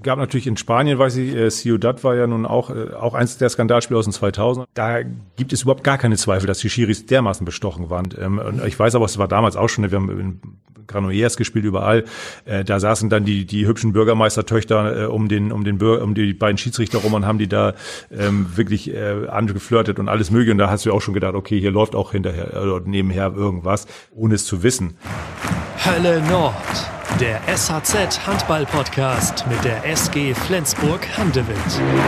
gab natürlich in Spanien, weiß ich, Ciudad war ja nun auch eins der Skandalspiele aus den 2000. Da gibt es überhaupt gar keine Zweifel, dass die Schiris dermaßen bestochen waren. Und ich weiß aber, es war damals auch schon, wir haben in Granollers gespielt, überall. Da saßen dann die hübschen Bürgermeistertöchter um die beiden Schiedsrichter rum und haben die da wirklich angeflirtet und alles mögliche. Und da hast du auch schon gedacht, okay, hier läuft auch hinterher oder nebenher irgendwas, ohne es zu wissen. Hölle Nord, der SHZ Handball-Podcast mit der SG Flensburg-Handewitt.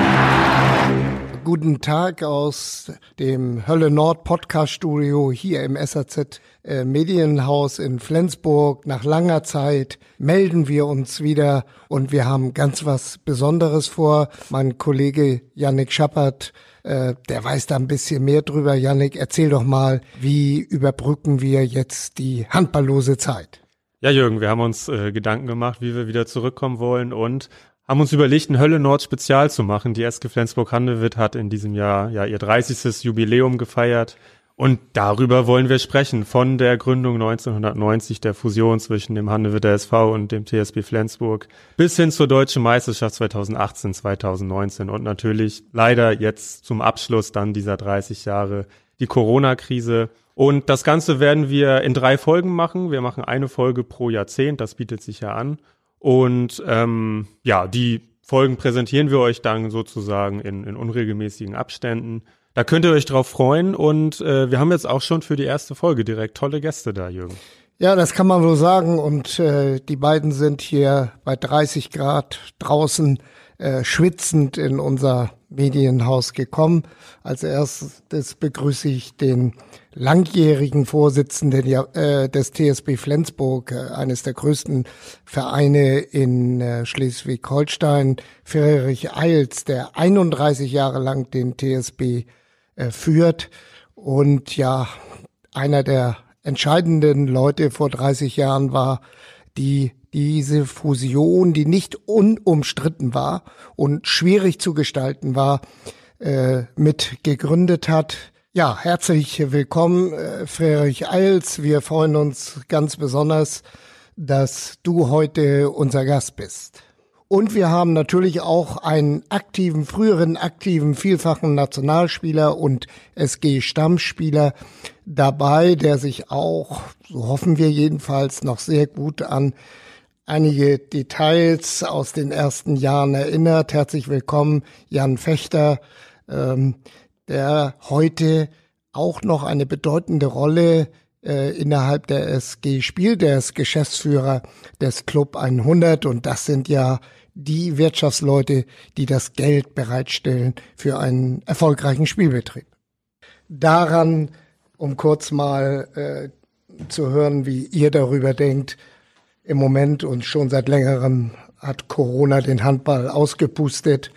Guten Tag aus dem Hölle Nord Podcast Studio hier im SHZ Medienhaus in Flensburg. Nach langer Zeit melden wir uns wieder und wir haben ganz was Besonderes vor. Mein Kollege Yannick Schappert, der weiß da ein bisschen mehr drüber. Yannick, erzähl doch mal, wie überbrücken wir jetzt die handballlose Zeit? Ja, Jürgen, wir haben uns Gedanken gemacht, wie wir wieder zurückkommen wollen und haben uns überlegt, ein Hölle-Nord-Spezial zu machen. Die SG Flensburg-Handewitt hat in diesem Jahr ja ihr 30. Jubiläum gefeiert und darüber wollen wir sprechen, von der Gründung 1990, der Fusion zwischen dem Handewitter SV und dem TSB Flensburg bis hin zur Deutschen Meisterschaft 2018, 2019 und natürlich leider jetzt zum Abschluss dann dieser 30 Jahre die Corona-Krise. Und das Ganze werden wir in 3 Folgen machen. Wir machen eine Folge pro Jahrzehnt, das bietet sich ja an. Und die Folgen präsentieren wir euch dann sozusagen in unregelmäßigen Abständen. Da könnt ihr euch drauf freuen und wir haben jetzt auch schon für die erste Folge direkt tolle Gäste da, Jürgen. Ja, das kann man wohl sagen und die beiden sind hier bei 30 Grad draußen schwitzend in unser Medienhaus gekommen. Als erstes begrüße ich den langjährigen Vorsitzenden des TSB Flensburg, eines der größten Vereine in Schleswig-Holstein, Friedrich Eils, der 31 Jahre lang den TSB führt und ja, einer der entscheidenden Leute vor 30 Jahren war, die diese Fusion, die nicht unumstritten war und schwierig zu gestalten war, mit gegründet hat. Ja, herzlich willkommen, Friedrich Eils. Wir freuen uns ganz besonders, dass du heute unser Gast bist. Und wir haben natürlich auch einen früheren aktiven, vielfachen Nationalspieler und SG-Stammspieler dabei, der sich auch, so hoffen wir jedenfalls, noch sehr gut an einige Details aus den ersten Jahren erinnert. Herzlich willkommen, Jan Fechter, der heute auch noch eine bedeutende Rolle innerhalb der SG spielt. Der ist Geschäftsführer des Club 100 und das sind ja die Wirtschaftsleute, die das Geld bereitstellen für einen erfolgreichen Spielbetrieb. Daran, um kurz mal zu hören, wie ihr darüber denkt, im Moment und schon seit längerem hat Corona den Handball ausgepustet.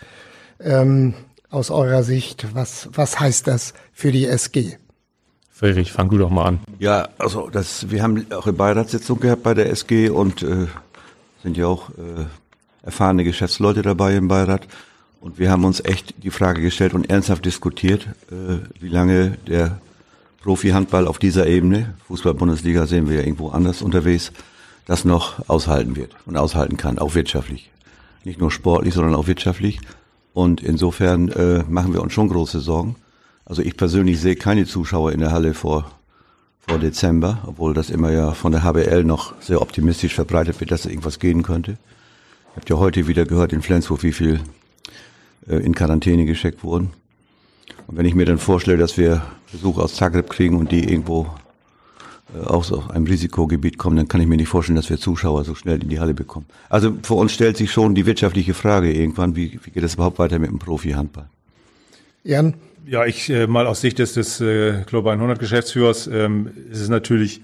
Aus eurer Sicht, was heißt das für die SG? Friedrich, fang du doch mal an. Ja, also wir haben auch eine Beiratssitzung gehabt bei der SG und sind ja auch erfahrene Geschäftsleute dabei im Beirat. Und wir haben uns echt die Frage gestellt und ernsthaft diskutiert, wie lange der Profi-Handball auf dieser Ebene, Fußball-Bundesliga sehen wir ja irgendwo anders unterwegs, das noch aushalten wird und aushalten kann, auch wirtschaftlich. Nicht nur sportlich, sondern auch wirtschaftlich. Und insofern machen wir uns schon große Sorgen. Also ich persönlich sehe keine Zuschauer in der Halle vor Dezember, obwohl das immer ja von der HBL noch sehr optimistisch verbreitet wird, dass irgendwas gehen könnte. Ihr habt ja heute wieder gehört in Flensburg, wie viel in Quarantäne geschickt wurden. Und wenn ich mir dann vorstelle, dass wir Besuch aus Zagreb kriegen und die irgendwo aus einem Risikogebiet kommen, dann kann ich mir nicht vorstellen, dass wir Zuschauer so schnell in die Halle bekommen. Also für uns stellt sich schon die wirtschaftliche Frage irgendwann, wie geht es überhaupt weiter mit dem Profi-Handball? Jan? Ja, ich mal aus Sicht des Club 100 Geschäftsführers ist es natürlich,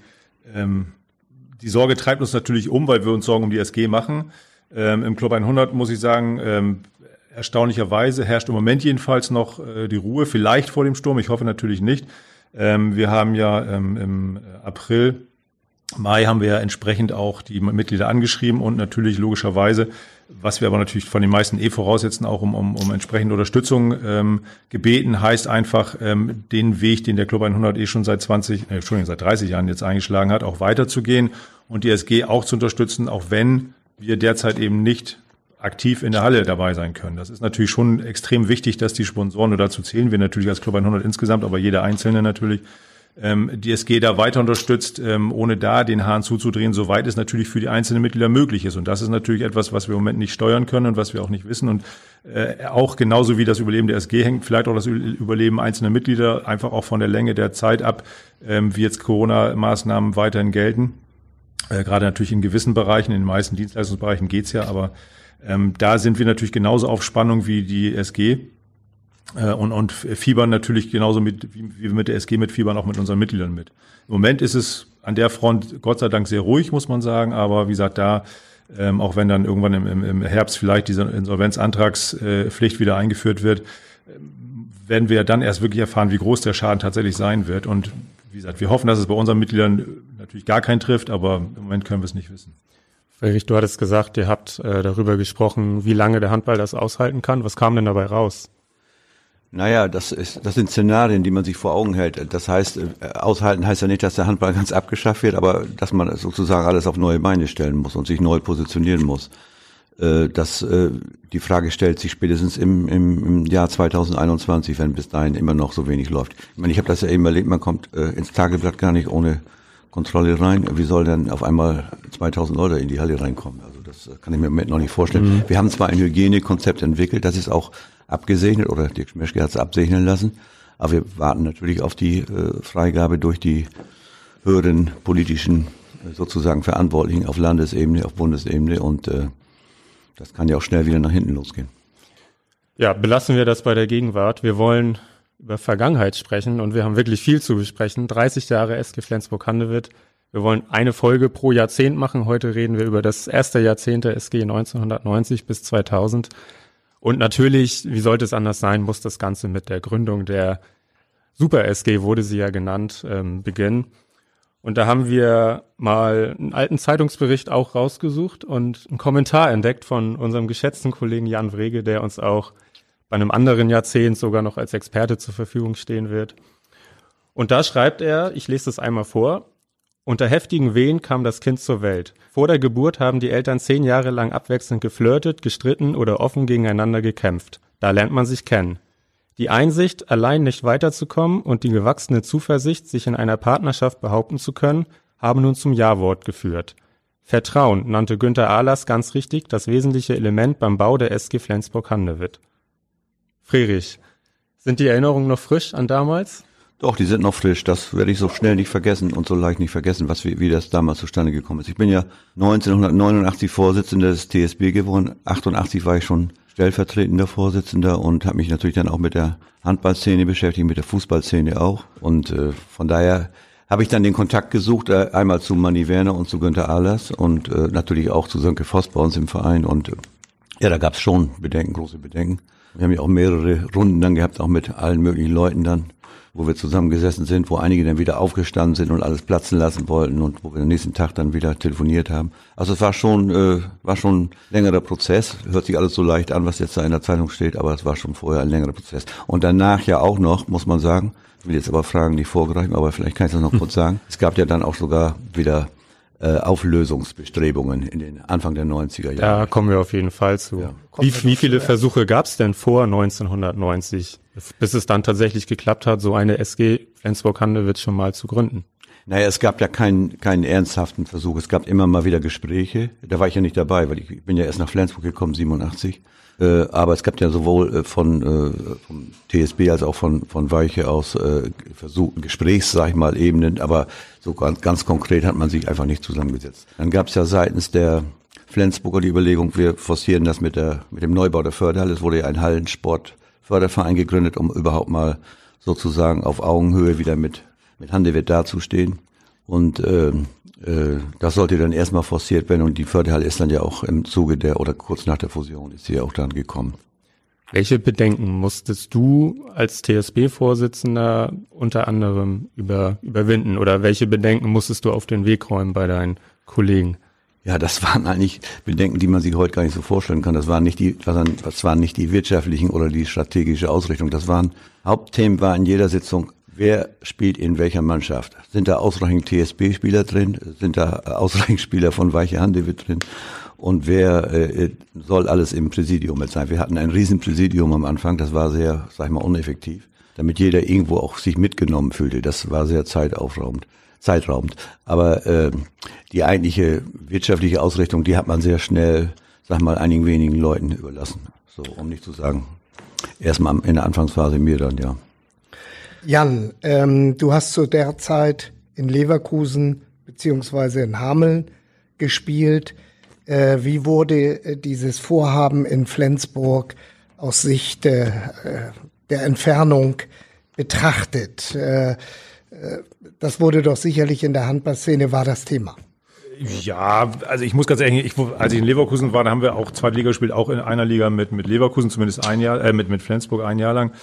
die Sorge treibt uns natürlich weil wir uns Sorgen um die SG machen. Im Club 100 muss ich sagen, erstaunlicherweise herrscht im Moment jedenfalls noch die Ruhe, vielleicht vor dem Sturm, ich hoffe natürlich nicht. Wir haben ja im Mai haben wir ja entsprechend auch die Mitglieder angeschrieben und natürlich logischerweise, was wir aber natürlich von den meisten voraussetzen, auch um entsprechende Unterstützung gebeten, heißt einfach, den Weg, den der Club 100 schon seit 30 Jahren jetzt eingeschlagen hat, auch weiterzugehen und die SG auch zu unterstützen, auch wenn wir derzeit eben nicht aktiv in der Halle dabei sein können. Das ist natürlich schon extrem wichtig, dass die Sponsoren, und dazu zählen wir natürlich als Club 100 insgesamt, aber jeder Einzelne natürlich, die SG da weiter unterstützt, ohne da den Hahn zuzudrehen, soweit es natürlich für die einzelnen Mitglieder möglich ist. Und das ist natürlich etwas, was wir im Moment nicht steuern können und was wir auch nicht wissen. Und auch genauso wie das Überleben der SG hängt, vielleicht auch das Überleben einzelner Mitglieder, einfach auch von der Länge der Zeit ab, wie jetzt Corona-Maßnahmen weiterhin gelten. Gerade natürlich in gewissen Bereichen, in den meisten Dienstleistungsbereichen geht's ja, aber da sind wir natürlich genauso auf Spannung wie die SG. Und fiebern natürlich genauso wie wir mit der SG mitfiebern, auch mit unseren Mitgliedern mit. Im Moment ist es an der Front Gott sei Dank sehr ruhig, muss man sagen. Aber wie gesagt, da, auch wenn dann irgendwann im Herbst vielleicht diese Insolvenzantragspflicht wieder eingeführt wird, werden wir dann erst wirklich erfahren, wie groß der Schaden tatsächlich sein wird. Und wie gesagt, wir hoffen, dass es bei unseren Mitgliedern natürlich gar keinen trifft, aber im Moment können wir es nicht wissen. Friedrich, du hattest gesagt, ihr habt darüber gesprochen, wie lange der Handball das aushalten kann. Was kam denn dabei raus? Naja, das sind Szenarien, die man sich vor Augen hält. Das heißt, aushalten heißt ja nicht, dass der Handball ganz abgeschafft wird, aber dass man sozusagen alles auf neue Beine stellen muss und sich neu positionieren muss. Die Frage stellt sich spätestens im Jahr 2021, wenn bis dahin immer noch so wenig läuft. Ich meine, ich habe das ja eben erlebt, man kommt ins Tageblatt gar nicht ohne Kontrolle rein. Wie soll denn auf einmal 2000 Leute in die Halle reinkommen? Also das kann ich mir im Moment noch nicht vorstellen. Wir haben zwar ein Hygienekonzept entwickelt, das ist auch abgesegnet, oder Dirk Schmeschke hat es absegnen lassen, aber wir warten natürlich auf die Freigabe durch die höheren politischen sozusagen Verantwortlichen auf Landesebene, auf Bundesebene, und das kann ja auch schnell wieder nach hinten losgehen. Ja, belassen wir das bei der Gegenwart. Wir wollen über Vergangenheit sprechen und wir haben wirklich viel zu besprechen. 30 Jahre SG Flensburg-Handewitt. Wir wollen eine Folge pro Jahrzehnt machen. Heute reden wir über das erste Jahrzehnt der SG 1990 bis 2000. Und natürlich, wie sollte es anders sein, muss das Ganze mit der Gründung der Super-SG, wurde sie ja genannt, beginnen. Und da haben wir mal einen alten Zeitungsbericht auch rausgesucht und einen Kommentar entdeckt von unserem geschätzten Kollegen Jan Wrege, der uns auch bei einem anderen Jahrzehnt sogar noch als Experte zur Verfügung stehen wird. Und da schreibt er, ich lese das einmal vor: Unter heftigen Wehen kam das Kind zur Welt. Vor der Geburt haben die Eltern 10 Jahre lang abwechselnd geflirtet, gestritten oder offen gegeneinander gekämpft. Da lernt man sich kennen. Die Einsicht, allein nicht weiterzukommen, und die gewachsene Zuversicht, sich in einer Partnerschaft behaupten zu können, haben nun zum Ja-Wort geführt. Vertrauen nannte Günter Ahlers ganz richtig das wesentliche Element beim Bau der SG Flensburg-Handewitt. Friedrich, sind die Erinnerungen noch frisch an damals? Doch, die sind noch frisch. Das werde ich so schnell nicht vergessen und so leicht nicht vergessen, wie das damals zustande gekommen ist. Ich bin ja 1989 Vorsitzender des TSB geworden. 88 war ich schon stellvertretender Vorsitzender und habe mich natürlich dann auch mit der Handballszene beschäftigt, mit der Fußballszene auch. Und von daher habe ich dann den Kontakt gesucht, einmal zu Manni Werner und zu Günter Ahlers und natürlich auch zu Sönke Voss bei uns im Verein. Und ja, da gab es schon Bedenken, große Bedenken. Wir haben ja auch mehrere Runden dann gehabt, auch mit allen möglichen Leuten dann, wo wir zusammengesessen sind, wo einige dann wieder aufgestanden sind und alles platzen lassen wollten und wo wir am nächsten Tag dann wieder telefoniert haben. Also es war schon ein längerer Prozess. Hört sich alles so leicht an, was jetzt da in der Zeitung steht, aber es war schon vorher ein längerer Prozess. Und danach ja auch noch, muss man sagen, ich will jetzt aber Fragen nicht vorgreifen, aber vielleicht kann ich das noch kurz sagen. Es gab ja dann auch sogar wieder Auflösungsbestrebungen in den Anfang der 90er Jahre. Da kommen wir auf jeden Fall zu. Ja. Wie viele Versuche gab es denn vor 1990, bis es dann tatsächlich geklappt hat, so eine SG Flensburg-Handewitt schon mal zu gründen? Naja, es gab ja keinen ernsthaften Versuch. Es gab immer mal wieder Gespräche. Da war ich ja nicht dabei, weil ich bin ja erst nach Flensburg gekommen, 87. Aber es gab ja sowohl vom TSB als auch von Weiche aus versuchten Gesprächs-Ebenen, aber so ganz konkret hat man sich einfach nicht zusammengesetzt. Dann gab es ja seitens der Flensburger die Überlegung, wir forcieren das mit dem Neubau der Förderhalle. Es wurde ja ein Hallensport-Förderverein gegründet, um überhaupt mal sozusagen auf Augenhöhe wieder mit Handewitt dazustehen. Und das sollte dann erstmal forciert werden und die Förderhalle ist dann ja auch im Zuge oder kurz nach der Fusion ist sie ja auch dann gekommen. Welche Bedenken musstest du als TSB-Vorsitzender unter anderem überwinden oder welche Bedenken musstest du auf den Weg räumen bei deinen Kollegen? Ja, das waren eigentlich Bedenken, die man sich heute gar nicht so vorstellen kann. Das waren nicht die wirtschaftlichen oder die strategische Ausrichtung. Hauptthemen war in jeder Sitzung: Wer spielt in welcher Mannschaft? Sind da ausreichend TSB-Spieler drin? Sind da ausreichend Spieler von Weiche Handewitt drin? und wer soll alles im Präsidium mit sein. Wir hatten ein Riesenpräsidium am Anfang, das war sehr, sag ich mal, uneffektiv, damit jeder irgendwo auch sich mitgenommen fühlte. Das war sehr zeitraubend. Aber die eigentliche wirtschaftliche Ausrichtung, die hat man sehr schnell, sag mal, einigen wenigen Leuten überlassen. So, um nicht zu sagen, erstmal in der Anfangsphase mir dann, ja. Jan, du hast zu der Zeit in Leverkusen beziehungsweise in Hameln gespielt. Wie wurde dieses Vorhaben in Flensburg aus Sicht der Entfernung betrachtet? Das wurde doch sicherlich in der Handballszene, war das Thema. Ja, also ich muss ganz ehrlich, als ich in Leverkusen war, da haben wir auch zweite Liga gespielt, auch in einer Liga mit Leverkusen, zumindest ein Jahr, mit Flensburg ein Jahr lang.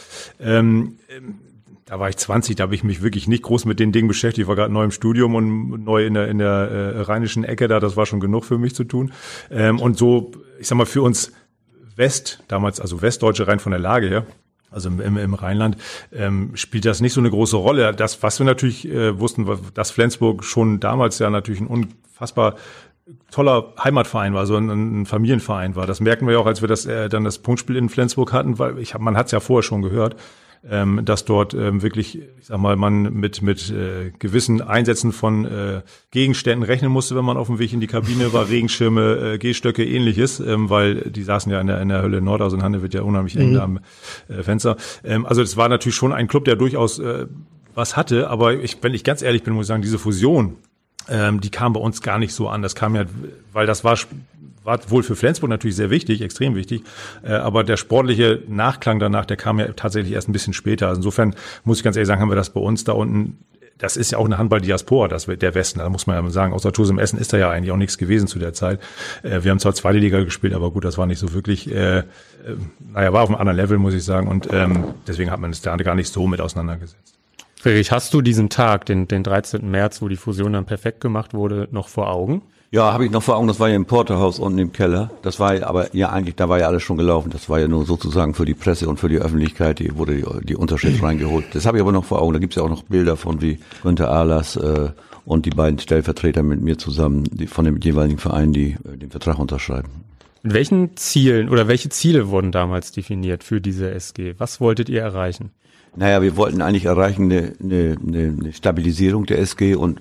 Da war ich 20, da habe ich mich wirklich nicht groß mit den Dingen beschäftigt. Ich war gerade neu im Studium und neu in der rheinischen Ecke da. Das war schon genug für mich zu tun. Und so, ich sag mal, für uns damals, also Westdeutsche rein von der Lage her, also im Rheinland, spielt das nicht so eine große Rolle. Das, was wir natürlich wussten, war, dass Flensburg schon damals ja natürlich ein unfassbar toller Heimatverein war, so ein Familienverein war. Das merken wir ja auch, als wir dann das Punktspiel in Flensburg hatten, weil man hat es ja vorher schon gehört, dass dort wirklich, ich sag mal, man mit gewissen Einsätzen von Gegenständen rechnen musste, wenn man auf dem Weg in die Kabine war, Regenschirme, Gehstöcke, ähnliches, weil die saßen ja in der Hölle Nord, also in Hanne wird ja unheimlich eng da am Fenster. Also das war natürlich schon ein Club, der durchaus was hatte, aber wenn ich ganz ehrlich bin, muss ich sagen, diese Fusion, die kam bei uns gar nicht so an. Das kam ja, weil das war wohl für Flensburg natürlich sehr wichtig, extrem wichtig, aber der sportliche Nachklang danach, der kam ja tatsächlich erst ein bisschen später. Also insofern muss ich ganz ehrlich sagen, haben wir das bei uns da unten, das ist ja auch eine Handball-Diaspora, der Westen, da muss man ja sagen, außer TuS im Essen ist da ja eigentlich auch nichts gewesen zu der Zeit. Wir haben zwar zweite Liga gespielt, aber gut, das war nicht so wirklich, war auf einem anderen Level, muss ich sagen, und deswegen hat man es da gar nicht so mit auseinandergesetzt. Friedrich, hast du diesen Tag, den 13. März, wo die Fusion dann perfekt gemacht wurde, noch vor Augen? Ja, habe ich noch vor Augen, das war ja im Porterhaus unten im Keller. Das war aber ja eigentlich, da war ja alles schon gelaufen. Das war ja nur sozusagen für die Presse und für die Öffentlichkeit, die wurde die Unterschrift reingeholt. Das habe ich aber noch vor Augen. Da gibt's ja auch noch Bilder von wie Günther Ahlers und die beiden Stellvertreter mit mir zusammen, die von dem jeweiligen Verein, die den Vertrag unterschreiben. Mit welchen Zielen oder welche Ziele wurden damals definiert für diese SG? Was wolltet ihr erreichen? Naja, wir wollten eigentlich erreichen eine Stabilisierung der SG und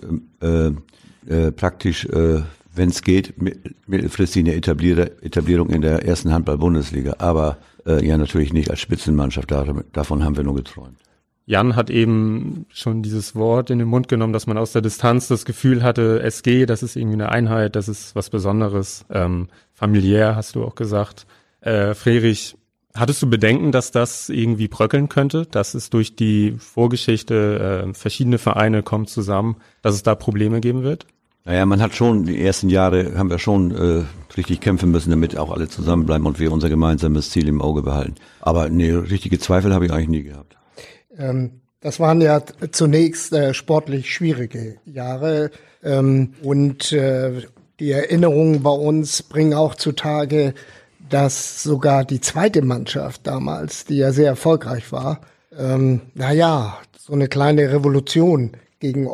praktisch, wenn es geht, mittelfristig eine Etablierung in der ersten Handball-Bundesliga. Aber ja, natürlich nicht als Spitzenmannschaft. Davon haben wir nur geträumt. Jan hat eben schon dieses Wort in den Mund genommen, dass man aus der Distanz das Gefühl hatte, SG, das ist irgendwie eine Einheit, das ist was Besonderes. Familiär, hast du auch gesagt. Friedrich, hattest du Bedenken, dass das irgendwie bröckeln könnte, dass es durch die Vorgeschichte, verschiedene Vereine kommen zusammen, dass es da Probleme geben wird? Naja, man hat schon, die ersten Jahre haben wir schon richtig kämpfen müssen, damit auch alle zusammenbleiben und wir unser gemeinsames Ziel im Auge behalten. Aber richtige Zweifel habe ich eigentlich nie gehabt. Das waren ja zunächst sportlich schwierige Jahre und die Erinnerungen bei uns bringen auch zutage, dass sogar die zweite Mannschaft damals, die ja sehr erfolgreich war, so eine kleine Revolution gegen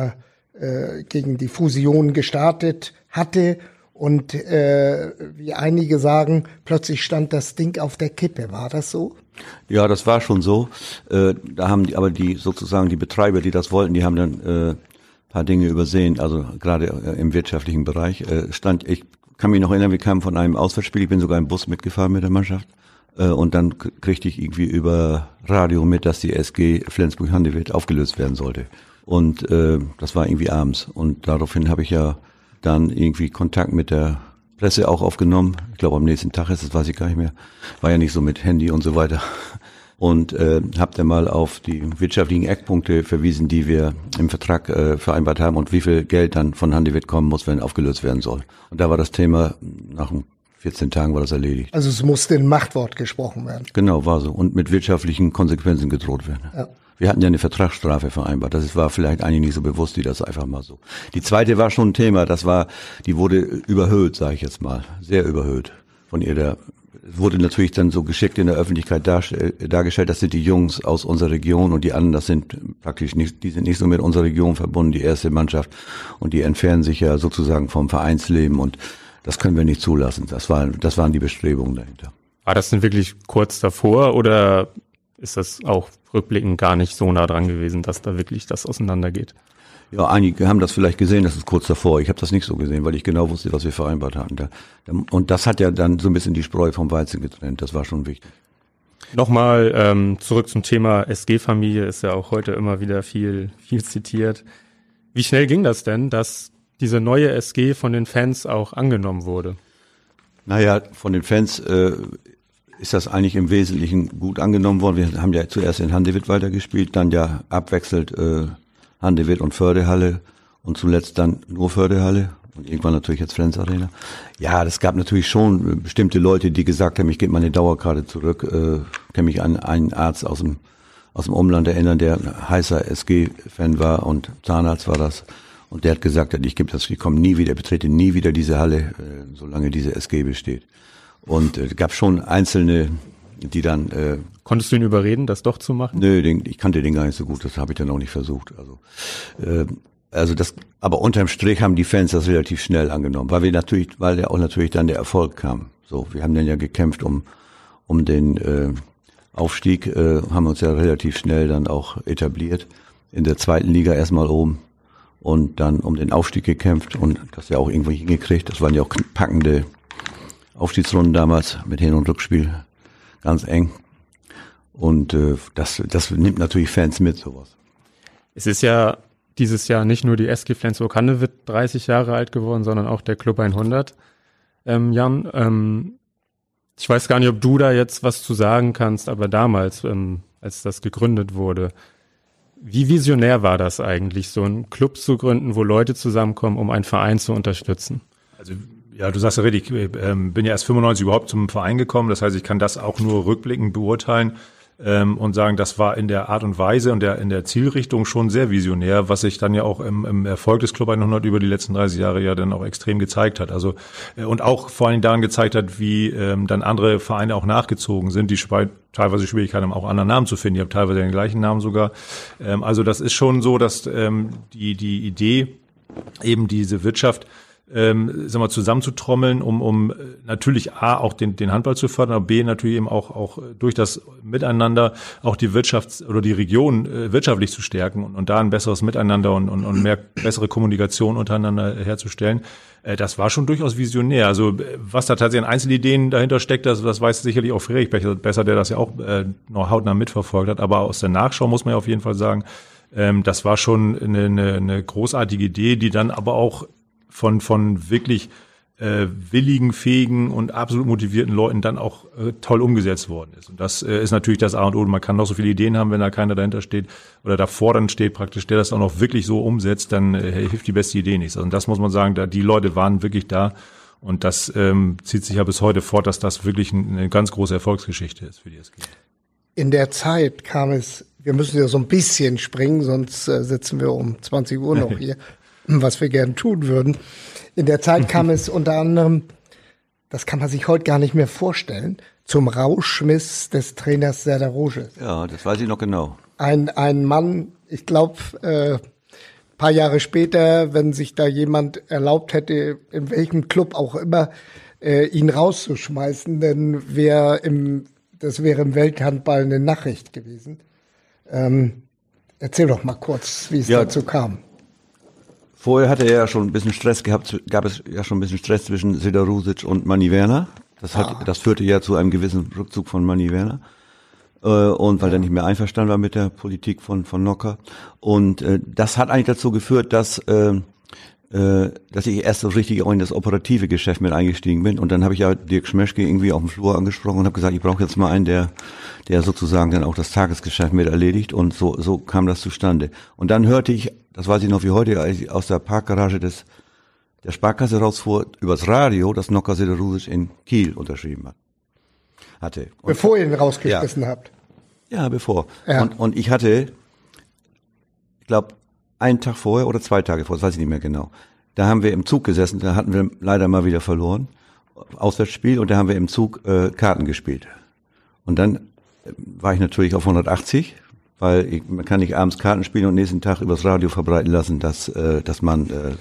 die Fusion gestartet hatte und wie einige sagen, plötzlich stand das Ding auf der Kippe. War das so? Ja, das war schon so. Da haben die Betreiber, die das wollten, die haben dann paar Dinge übersehen. Also gerade im wirtschaftlichen Bereich ich kann mich noch erinnern, wir kamen von einem Auswärtsspiel, ich bin sogar im Bus mitgefahren mit der Mannschaft und dann kriegte ich irgendwie über Radio mit, dass die SG Flensburg-Handewitt aufgelöst werden sollte. Und das war irgendwie abends und daraufhin habe ich ja dann irgendwie Kontakt mit der Presse auch aufgenommen. Ich glaube am nächsten Tag das weiß ich gar nicht mehr. War ja nicht so mit Handy und so weiter. Und habe dann mal auf die wirtschaftlichen Eckpunkte verwiesen, die wir im Vertrag vereinbart haben und wie viel Geld dann von Handewitt kommen muss, wenn aufgelöst werden soll. Und da war das Thema, nach 14 Tagen war das erledigt. Also es musste ein Machtwort gesprochen werden. Genau, war so. Und mit wirtschaftlichen Konsequenzen gedroht werden. Ja. Wir hatten ja eine Vertragsstrafe vereinbart. Das war vielleicht eigentlich nicht so bewusst, die das einfach mal so. Die zweite war schon ein Thema. Die wurde überhöht, sage ich jetzt mal. Sehr überhöht von ihr. Wurde natürlich dann so geschickt in der Öffentlichkeit dargestellt, das sind die Jungs aus unserer Region und die anderen, das sind praktisch nicht, die sind nicht so mit unserer Region verbunden, die erste Mannschaft und die entfernen sich ja sozusagen vom Vereinsleben und Das können wir nicht zulassen. Das waren die Bestrebungen dahinter. War das denn wirklich kurz davor oder ist das auch rückblickend gar nicht so nah dran gewesen, dass da wirklich das auseinandergeht? Ja, einige haben das vielleicht gesehen, das ist kurz davor. Ich habe das nicht so gesehen, weil ich genau wusste, was wir vereinbart hatten. Und das hat ja dann so ein bisschen die Spreu vom Weizen getrennt. Das war schon wichtig. Nochmal zurück zum Thema SG-Familie, ist ja auch heute immer wieder viel zitiert. Wie schnell ging das denn, dass diese neue SG von den Fans auch angenommen wurde? Naja, von den Fans ist das eigentlich im Wesentlichen gut angenommen worden. Wir haben ja zuerst in Handewitt weitergespielt, dann ja abwechselnd Handewitt und Fördehalle und zuletzt dann nur Fördehalle und irgendwann natürlich jetzt Flens Arena. Ja, das gab natürlich schon bestimmte Leute, die gesagt haben, ich gebe meine Dauerkarte zurück. Kann mich an einen Arzt aus dem Umland erinnern, der ein heißer SG-Fan war und Zahnarzt war das. Und der hat gesagt, ich komme nie wieder, betrete nie wieder diese Halle, solange diese SG besteht. Und gab schon Einzelne, die dann... Konntest du ihn überreden, das doch zu machen? Nö, ich kannte den gar nicht so gut, das habe ich dann auch nicht versucht. Aber unterm Strich haben die Fans das relativ schnell angenommen, weil ja auch natürlich dann der Erfolg kam. So, wir haben dann ja gekämpft um den Aufstieg, haben uns ja relativ schnell dann auch etabliert. In der zweiten Liga erstmal oben. Und dann um den Aufstieg gekämpft und das ja auch irgendwo hingekriegt. Das waren ja auch packende Aufstiegsrunden damals mit Hin- und Rückspiel. Ganz eng. Und das nimmt natürlich Fans mit, sowas. Es ist ja dieses Jahr nicht nur die SG Flensburg-Handewitt 30 Jahre alt geworden, sondern auch der Club 100. Jan, ich weiß gar nicht, ob du da jetzt was zu sagen kannst, aber damals, als das gegründet wurde, wie visionär war das eigentlich, so einen Club zu gründen, wo Leute zusammenkommen, um einen Verein zu unterstützen? Also ja, du sagst ja richtig, ich bin ja erst 95 überhaupt zum Verein gekommen, das heißt, ich kann das auch nur rückblickend beurteilen und sagen, das war in der Art und Weise und in der Zielrichtung schon sehr visionär, was sich dann ja auch im Erfolg des Club 100 über die letzten 30 Jahre ja dann auch extrem gezeigt hat. Also und auch vor allem daran gezeigt hat, wie dann andere Vereine auch nachgezogen sind, die teilweise Schwierigkeiten haben, auch anderen Namen zu finden. Die haben teilweise den gleichen Namen sogar. Also das ist schon so, dass die Idee, eben diese Wirtschaft zusammenzutrommeln, um natürlich A, auch den Handball zu fördern, aber B, natürlich eben auch durch das Miteinander auch die Wirtschaft oder die Region wirtschaftlich zu stärken und da ein besseres Miteinander und bessere Kommunikation untereinander herzustellen. Das war schon durchaus visionär. Also was da tatsächlich an Einzelideen dahinter steckt, das weiß sicherlich auch Friedrich besser, der das ja auch noch hautnah mitverfolgt hat. Aber aus der Nachschau muss man ja auf jeden Fall sagen, das war schon eine großartige Idee, die dann aber auch von wirklich willigen, fähigen und absolut motivierten Leuten dann auch toll umgesetzt worden ist. Und das ist natürlich das A und O. Man kann noch so viele Ideen haben, wenn da keiner dahinter steht oder davor dann steht praktisch, der das auch noch wirklich so umsetzt, dann hilft die beste Idee nichts. Also das muss man sagen, die Leute waren wirklich da und das zieht sich ja bis heute fort, dass das wirklich eine ganz große Erfolgsgeschichte ist für die SG. In der Zeit kam es, wir müssen ja so ein bisschen springen, sonst sitzen wir um 20 Uhr noch hier, was wir gern tun würden. In der Zeit kam es unter anderem, das kann man sich heute gar nicht mehr vorstellen, zum Rauschmiss des Trainers Serdar Rojes. Ja, das weiß ich noch genau. Ein Mann, ich glaube, paar Jahre später, wenn sich da jemand erlaubt hätte, in welchem Club auch immer, ihn rauszuschmeißen, dann das wäre im Welthandball eine Nachricht gewesen. Erzähl doch mal kurz, wie es dazu kam. Vorher hatte er ja schon ein bisschen Stress gehabt, gab es ja schon ein bisschen Stress zwischen Serdar Rusic und Manni Werner. Das führte ja zu einem gewissen Rückzug von Manni Werner. Und weil er nicht mehr einverstanden war mit der Politik von Nocker. Und das hat eigentlich dazu geführt, dass ich erst so richtig auch in das operative Geschäft mit eingestiegen bin. Und dann habe ich ja Dirk Schmeschke irgendwie auf dem Flur angesprochen und habe gesagt, ich brauche jetzt mal einen, der sozusagen dann auch das Tagesgeschäft mit erledigt. Und so kam das zustande. Und dann hörte ich, das weiß ich noch wie heute, als ich aus der Parkgarage der Sparkasse rausfuhr, übers Radio, dass Nocker Serdar Rusic in Kiel unterschrieben hatte. Und bevor ihr ihn rausgeschmissen habt? Ja, bevor. Ja. Und ich hatte, ich glaube, einen Tag vorher oder 2 Tage vorher, das weiß ich nicht mehr genau. Da haben wir im Zug gesessen, da hatten wir leider mal wieder verloren, Auswärtsspiel, und da haben wir im Zug Karten gespielt. Und dann war ich natürlich auf 180, weil man kann nicht abends Karten spielen und nächsten Tag übers Radio verbreiten lassen, dass man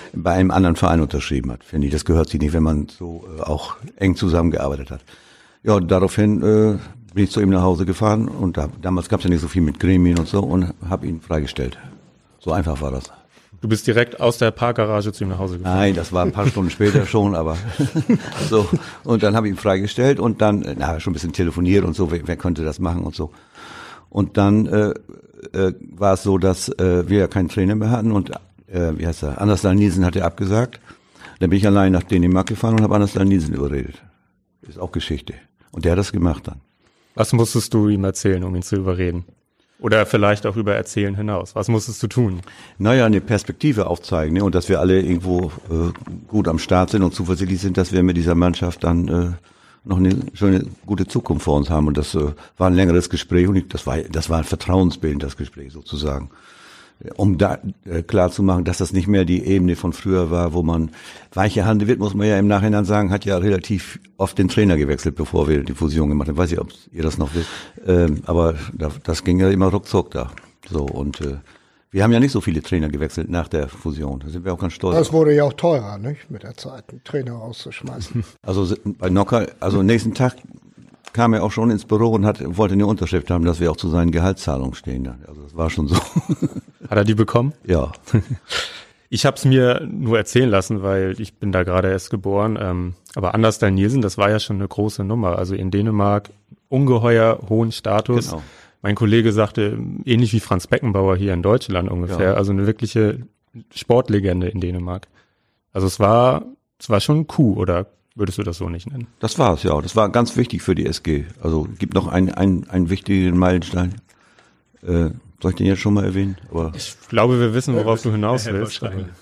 bei einem anderen Verein unterschrieben hat. Finde ich, das gehört sich nicht, wenn man so auch eng zusammengearbeitet hat. Ja, und daraufhin bin ich zu ihm nach Hause gefahren und damals gab es ja nicht so viel mit Gremien und so und habe ihn freigestellt. So einfach war das. Du bist direkt aus der Parkgarage zu ihm nach Hause gefahren? Nein, das war ein paar Stunden später schon, aber so. Und dann habe ich ihn freigestellt und dann, schon ein bisschen telefoniert und so, wer könnte das machen und so. Und dann war es so, dass wir ja keinen Trainer mehr hatten und Anders Dahl-Nielsen hat ja abgesagt. Dann bin ich allein nach Dänemark gefahren und habe Anders Dahl-Nielsen überredet. Ist auch Geschichte. Und der hat das gemacht dann. Was musstest du ihm erzählen, um ihn zu überreden? Oder vielleicht auch über Erzählen hinaus. Was musstest du tun? Naja, eine Perspektive aufzeigen, ne? Und dass wir alle irgendwo gut am Start sind und zuversichtlich sind, dass wir mit dieser Mannschaft dann noch eine schöne, gute Zukunft vor uns haben. Und das war ein längeres Gespräch und das war ein vertrauensbildendes Gespräch sozusagen. Um da klar zu machen, dass das nicht mehr die Ebene von früher war, wo man Weiche Handewitt, muss man ja im Nachhinein sagen, hat ja relativ oft den Trainer gewechselt, bevor wir die Fusion gemacht haben. Weiß ich, ob ihr das noch wisst. Aber das ging ja immer ruckzuck da. So, und wir haben ja nicht so viele Trainer gewechselt nach der Fusion. Da sind wir auch ganz stolz. Das wurde ja auch teurer, nicht? Mit der Zeit, einen Trainer rauszuschmeißen. Also bei Nocker, nächsten Tag kam er auch schon ins Büro und wollte eine Unterschrift haben, dass wir auch zu seinen Gehaltszahlungen stehen. Also das war schon so. Hat er die bekommen? Ja. Ich habe es mir nur erzählen lassen, weil ich bin da gerade erst geboren. Aber Anders Dahl-Nielsen, das war ja schon eine große Nummer. Also in Dänemark ungeheuer hohen Status. Genau. Mein Kollege sagte, ähnlich wie Franz Beckenbauer hier in Deutschland ungefähr. Ja. Also eine wirkliche Sportlegende in Dänemark. Also es war schon ein Coup, oder würdest du das so nicht nennen? Das war es, ja. Das war ganz wichtig für die SG. Also gibt noch einen wichtigen Meilenstein. Soll ich den jetzt schon mal erwähnen? Aber ich glaube, wir wissen, worauf du hinaus willst.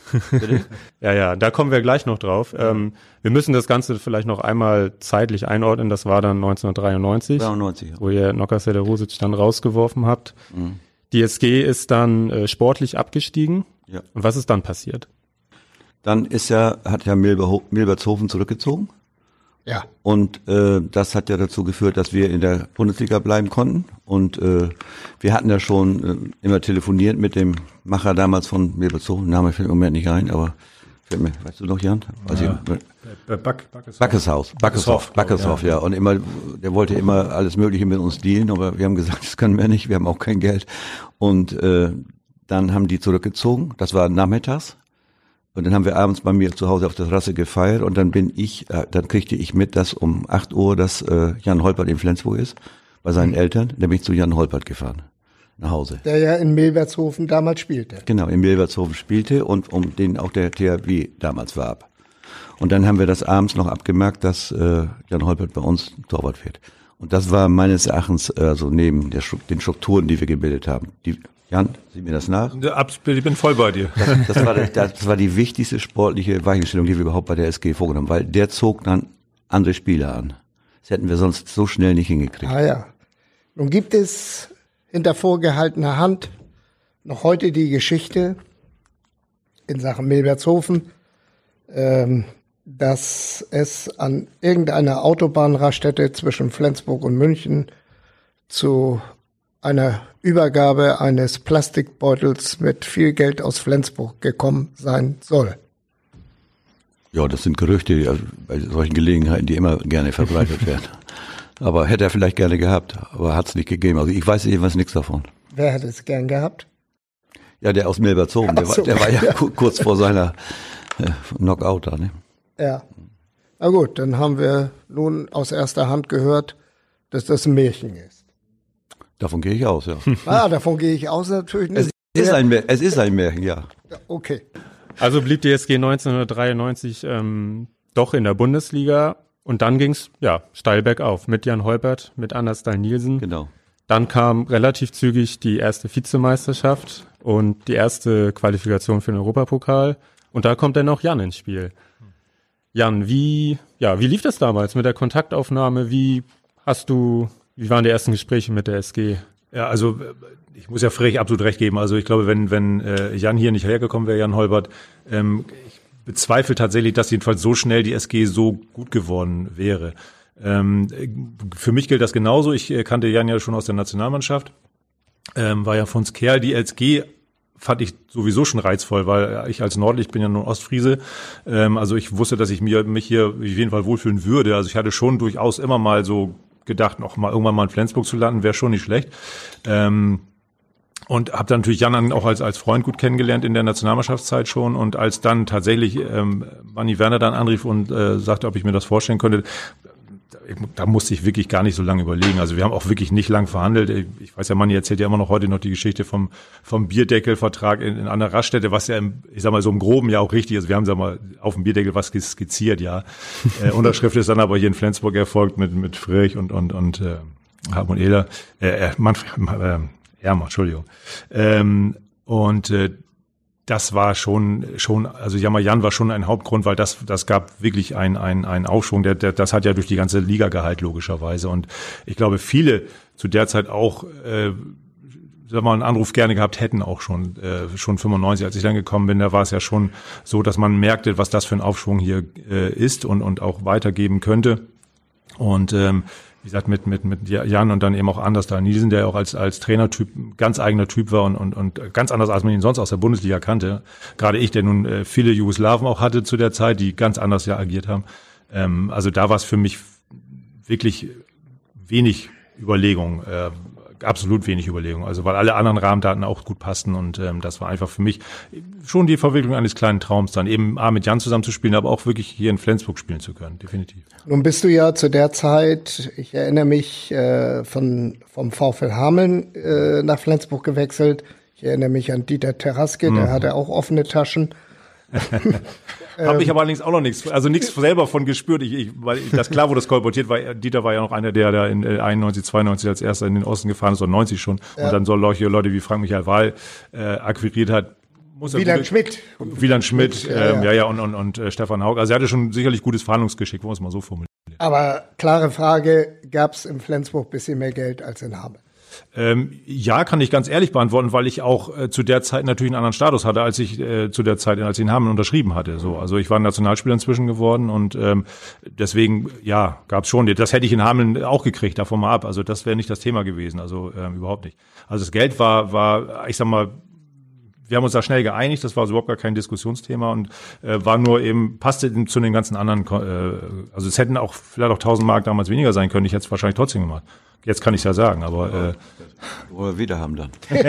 Ja, da kommen wir gleich noch drauf. Wir müssen das Ganze vielleicht noch einmal zeitlich einordnen. Das war dann 1993, ja. Wo ihr Nocker Sederosic dann rausgeworfen habt. Mhm. Die SG ist dann sportlich abgestiegen. Ja. Und was ist dann passiert? Dann hat ja Milbertshofen zurückgezogen. Ja. Und das hat ja dazu geführt, dass wir in der Bundesliga bleiben konnten. Und wir hatten ja schon immer telefoniert mit dem Macher damals von Milbertshofen. Name fällt im Moment nicht ein, aber weißt du noch, Jan? Backeshoff, ja. Und der wollte immer alles Mögliche mit uns dealen, aber wir haben gesagt, das können wir nicht, wir haben auch kein Geld. Und dann haben die zurückgezogen, das war nachmittags. Und dann haben wir abends bei mir zu Hause auf der Terrasse gefeiert und dann kriegte ich mit, dass um 8 Uhr, dass Jan Holpert in Flensburg ist, bei seinen Eltern. Dann bin ich zu Jan Holpert gefahren, nach Hause. Der ja in Milbertshofen damals spielte. Genau, in Milbertshofen spielte und um den auch der THW damals warb. Und dann haben wir das abends noch abgemerkt, dass Jan Holpert bei uns Torwart wird. Und das war meines Erachtens neben den Strukturen, die wir gebildet haben. Jan, sieh mir das nach? Ich bin voll bei dir. Das war die wichtigste sportliche Weichenstellung, die wir überhaupt bei der SG vorgenommen haben, weil der zog dann andere Spieler an. Das hätten wir sonst so schnell nicht hingekriegt. Ah ja. Nun gibt es hinter vorgehaltener Hand noch heute die Geschichte in Sachen Milbertshofen, dass es an irgendeiner Autobahnraststätte zwischen Flensburg und München zu einer Übergabe eines Plastikbeutels mit viel Geld aus Flensburg gekommen sein soll. Ja, das sind Gerüchte bei solchen Gelegenheiten, die immer gerne verbreitet werden. Aber hätte er vielleicht gerne gehabt, aber hat es nicht gegeben. Also ich weiß jedenfalls nichts davon. Wer hätte es gern gehabt? Ja, der aus Milbertshofen, der war ja kurz vor seiner Knockout da, ne? Ja. Na gut, dann haben wir nun aus erster Hand gehört, dass das ein Märchen ist. Davon gehe ich aus, ja. Davon gehe ich aus natürlich nicht. Es ist ein Märchen, ja. Okay. Also blieb die SG 1993 doch in der Bundesliga und dann ging's steil bergauf mit Jan Holpert, mit Anders Dahl-Nielsen. Genau. Dann kam relativ zügig die erste Vizemeisterschaft und die erste Qualifikation für den Europapokal und da kommt dann auch Jan ins Spiel. Jan, wie lief das damals mit der Kontaktaufnahme? Wie waren die ersten Gespräche mit der SG? Ja, also ich muss ja Frech absolut recht geben. Also ich glaube, wenn Jan hier nicht hergekommen wäre, Jan Holpert, ich bezweifle tatsächlich, dass jedenfalls so schnell die SG so gut geworden wäre. Für mich gilt das genauso. Ich kannte Jan ja schon aus der Nationalmannschaft. War ja von uns Kerl. Die SG fand ich sowieso schon reizvoll, weil ich als Nordlicht bin ja nur Ostfriese. Also ich wusste, dass ich mich hier auf jeden Fall wohlfühlen würde. Also ich hatte schon durchaus immer mal so gedacht, noch mal irgendwann mal in Flensburg zu landen, wäre schon nicht schlecht. Und habe dann natürlich Jan auch als Freund gut kennengelernt in der Nationalmannschaftszeit schon. Und als dann tatsächlich Manni Werner dann anrief und sagte, ob ich mir das vorstellen könnte, da musste ich wirklich gar nicht so lange überlegen. Also wir haben auch wirklich nicht lang verhandelt. Ich weiß ja, Manni erzählt ja immer noch heute noch die Geschichte vom Bierdeckelvertrag in einer Raststätte, was ja ich sag mal so im Groben ja auch richtig ist. Wir haben, sag mal, auf dem Bierdeckel was skizziert, ja. Unterschrift ist dann aber hier in Flensburg erfolgt mit Friedrich und Hartmut Ehler, Entschuldigung. Das war schon, also Jan war schon ein Hauptgrund, weil das gab wirklich einen Aufschwung, das hat ja durch die ganze Liga geheilt, logischerweise. Und ich glaube, viele zu der Zeit auch, einen Anruf gerne gehabt hätten auch schon 95, als ich dann gekommen bin, da war es ja schon so, dass man merkte, was das für ein Aufschwung hier ist und auch weitergeben könnte. Und wie gesagt, mit Jan und dann eben auch Anders da Nielsen, der auch als Trainertyp ganz eigener Typ war und ganz anders, als man ihn sonst aus der Bundesliga kannte. Gerade ich, der nun viele Jugoslawen auch hatte zu der Zeit, die ganz anders ja agiert haben. Also da war es für mich wirklich wenig Überlegung, absolut wenig Überlegung. Also weil alle anderen Rahmendaten auch gut passten und das war einfach für mich schon die Verwirklichung eines kleinen Traums, dann eben mit Jan zusammen zu spielen, aber auch wirklich hier in Flensburg spielen zu können, definitiv. Nun bist du ja zu der Zeit, ich erinnere mich, vom VfL Hameln nach Flensburg gewechselt. Ich erinnere mich an Dieter Teraske, der hatte auch offene Taschen. Habe ich aber allerdings auch noch nichts selber von gespürt. Weil das klar wurde, das kolportiert, weil Dieter war ja noch einer, der da in 91, 92 als erster in den Osten gefahren ist, oder 90 schon. Ja. Und dann solche Leute wie Frank-Michael Wahl akquiriert hat. Wieland Schmidt. Und Stefan Haug. Also er hatte schon sicherlich gutes Verhandlungsgeschick, wollen wir es mal so formulieren. Aber klare Frage, gab es in Flensburg ein bisschen mehr Geld als in Hameln? Ja, kann ich ganz ehrlich beantworten, weil ich auch zu der Zeit natürlich einen anderen Status hatte, als ich zu der Zeit, als ich in Hameln unterschrieben hatte. So, also ich war Nationalspieler inzwischen geworden und deswegen, ja, gab's schon. Das hätte ich in Hameln auch gekriegt, davon mal ab. Also das wäre nicht das Thema gewesen, also überhaupt nicht. Also das Geld war, ich sag mal, wir haben uns da schnell geeinigt, das war überhaupt gar kein Diskussionsthema und war nur eben, passte zu den ganzen anderen, also es hätten auch vielleicht auch 1000 Mark damals weniger sein können, ich hätte es wahrscheinlich trotzdem gemacht. Jetzt kann ich es ja sagen, aber wo wir wieder haben dann.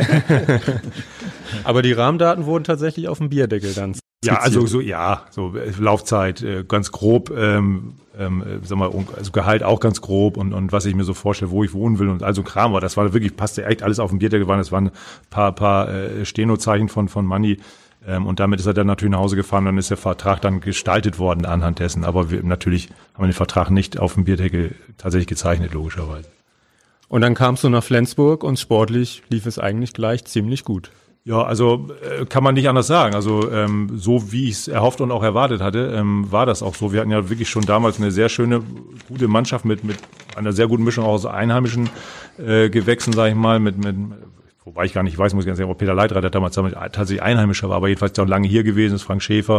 Aber die Rahmendaten wurden tatsächlich auf dem Bierdeckel dann skizziert. Ja, so Laufzeit ganz grob, also Gehalt auch ganz grob und was ich mir so vorstelle, wo ich wohnen will und also Kram war. Das war wirklich, passte echt alles auf dem Bierdeckel, das waren ein paar Stenozeichen von Manni. Und damit ist er dann natürlich nach Hause gefahren, dann ist der Vertrag dann gestaltet worden anhand dessen. Aber natürlich haben wir den Vertrag nicht auf dem Bierdeckel tatsächlich gezeichnet, logischerweise. Und dann kamst du nach Flensburg und sportlich lief es eigentlich gleich ziemlich gut. Ja, also kann man nicht anders sagen. Also so wie ich es erhofft und auch erwartet hatte, war das auch so. Wir hatten ja wirklich schon damals eine sehr schöne, gute Mannschaft mit einer sehr guten Mischung auch aus einheimischen Gewächsen, sage ich mal, wobei ich gar nicht weiß, muss ich ganz ehrlich sagen, Peter Leitreiter damals tatsächlich Einheimischer war, aber jedenfalls ist er auch lange hier gewesen, ist Frank Schäfer,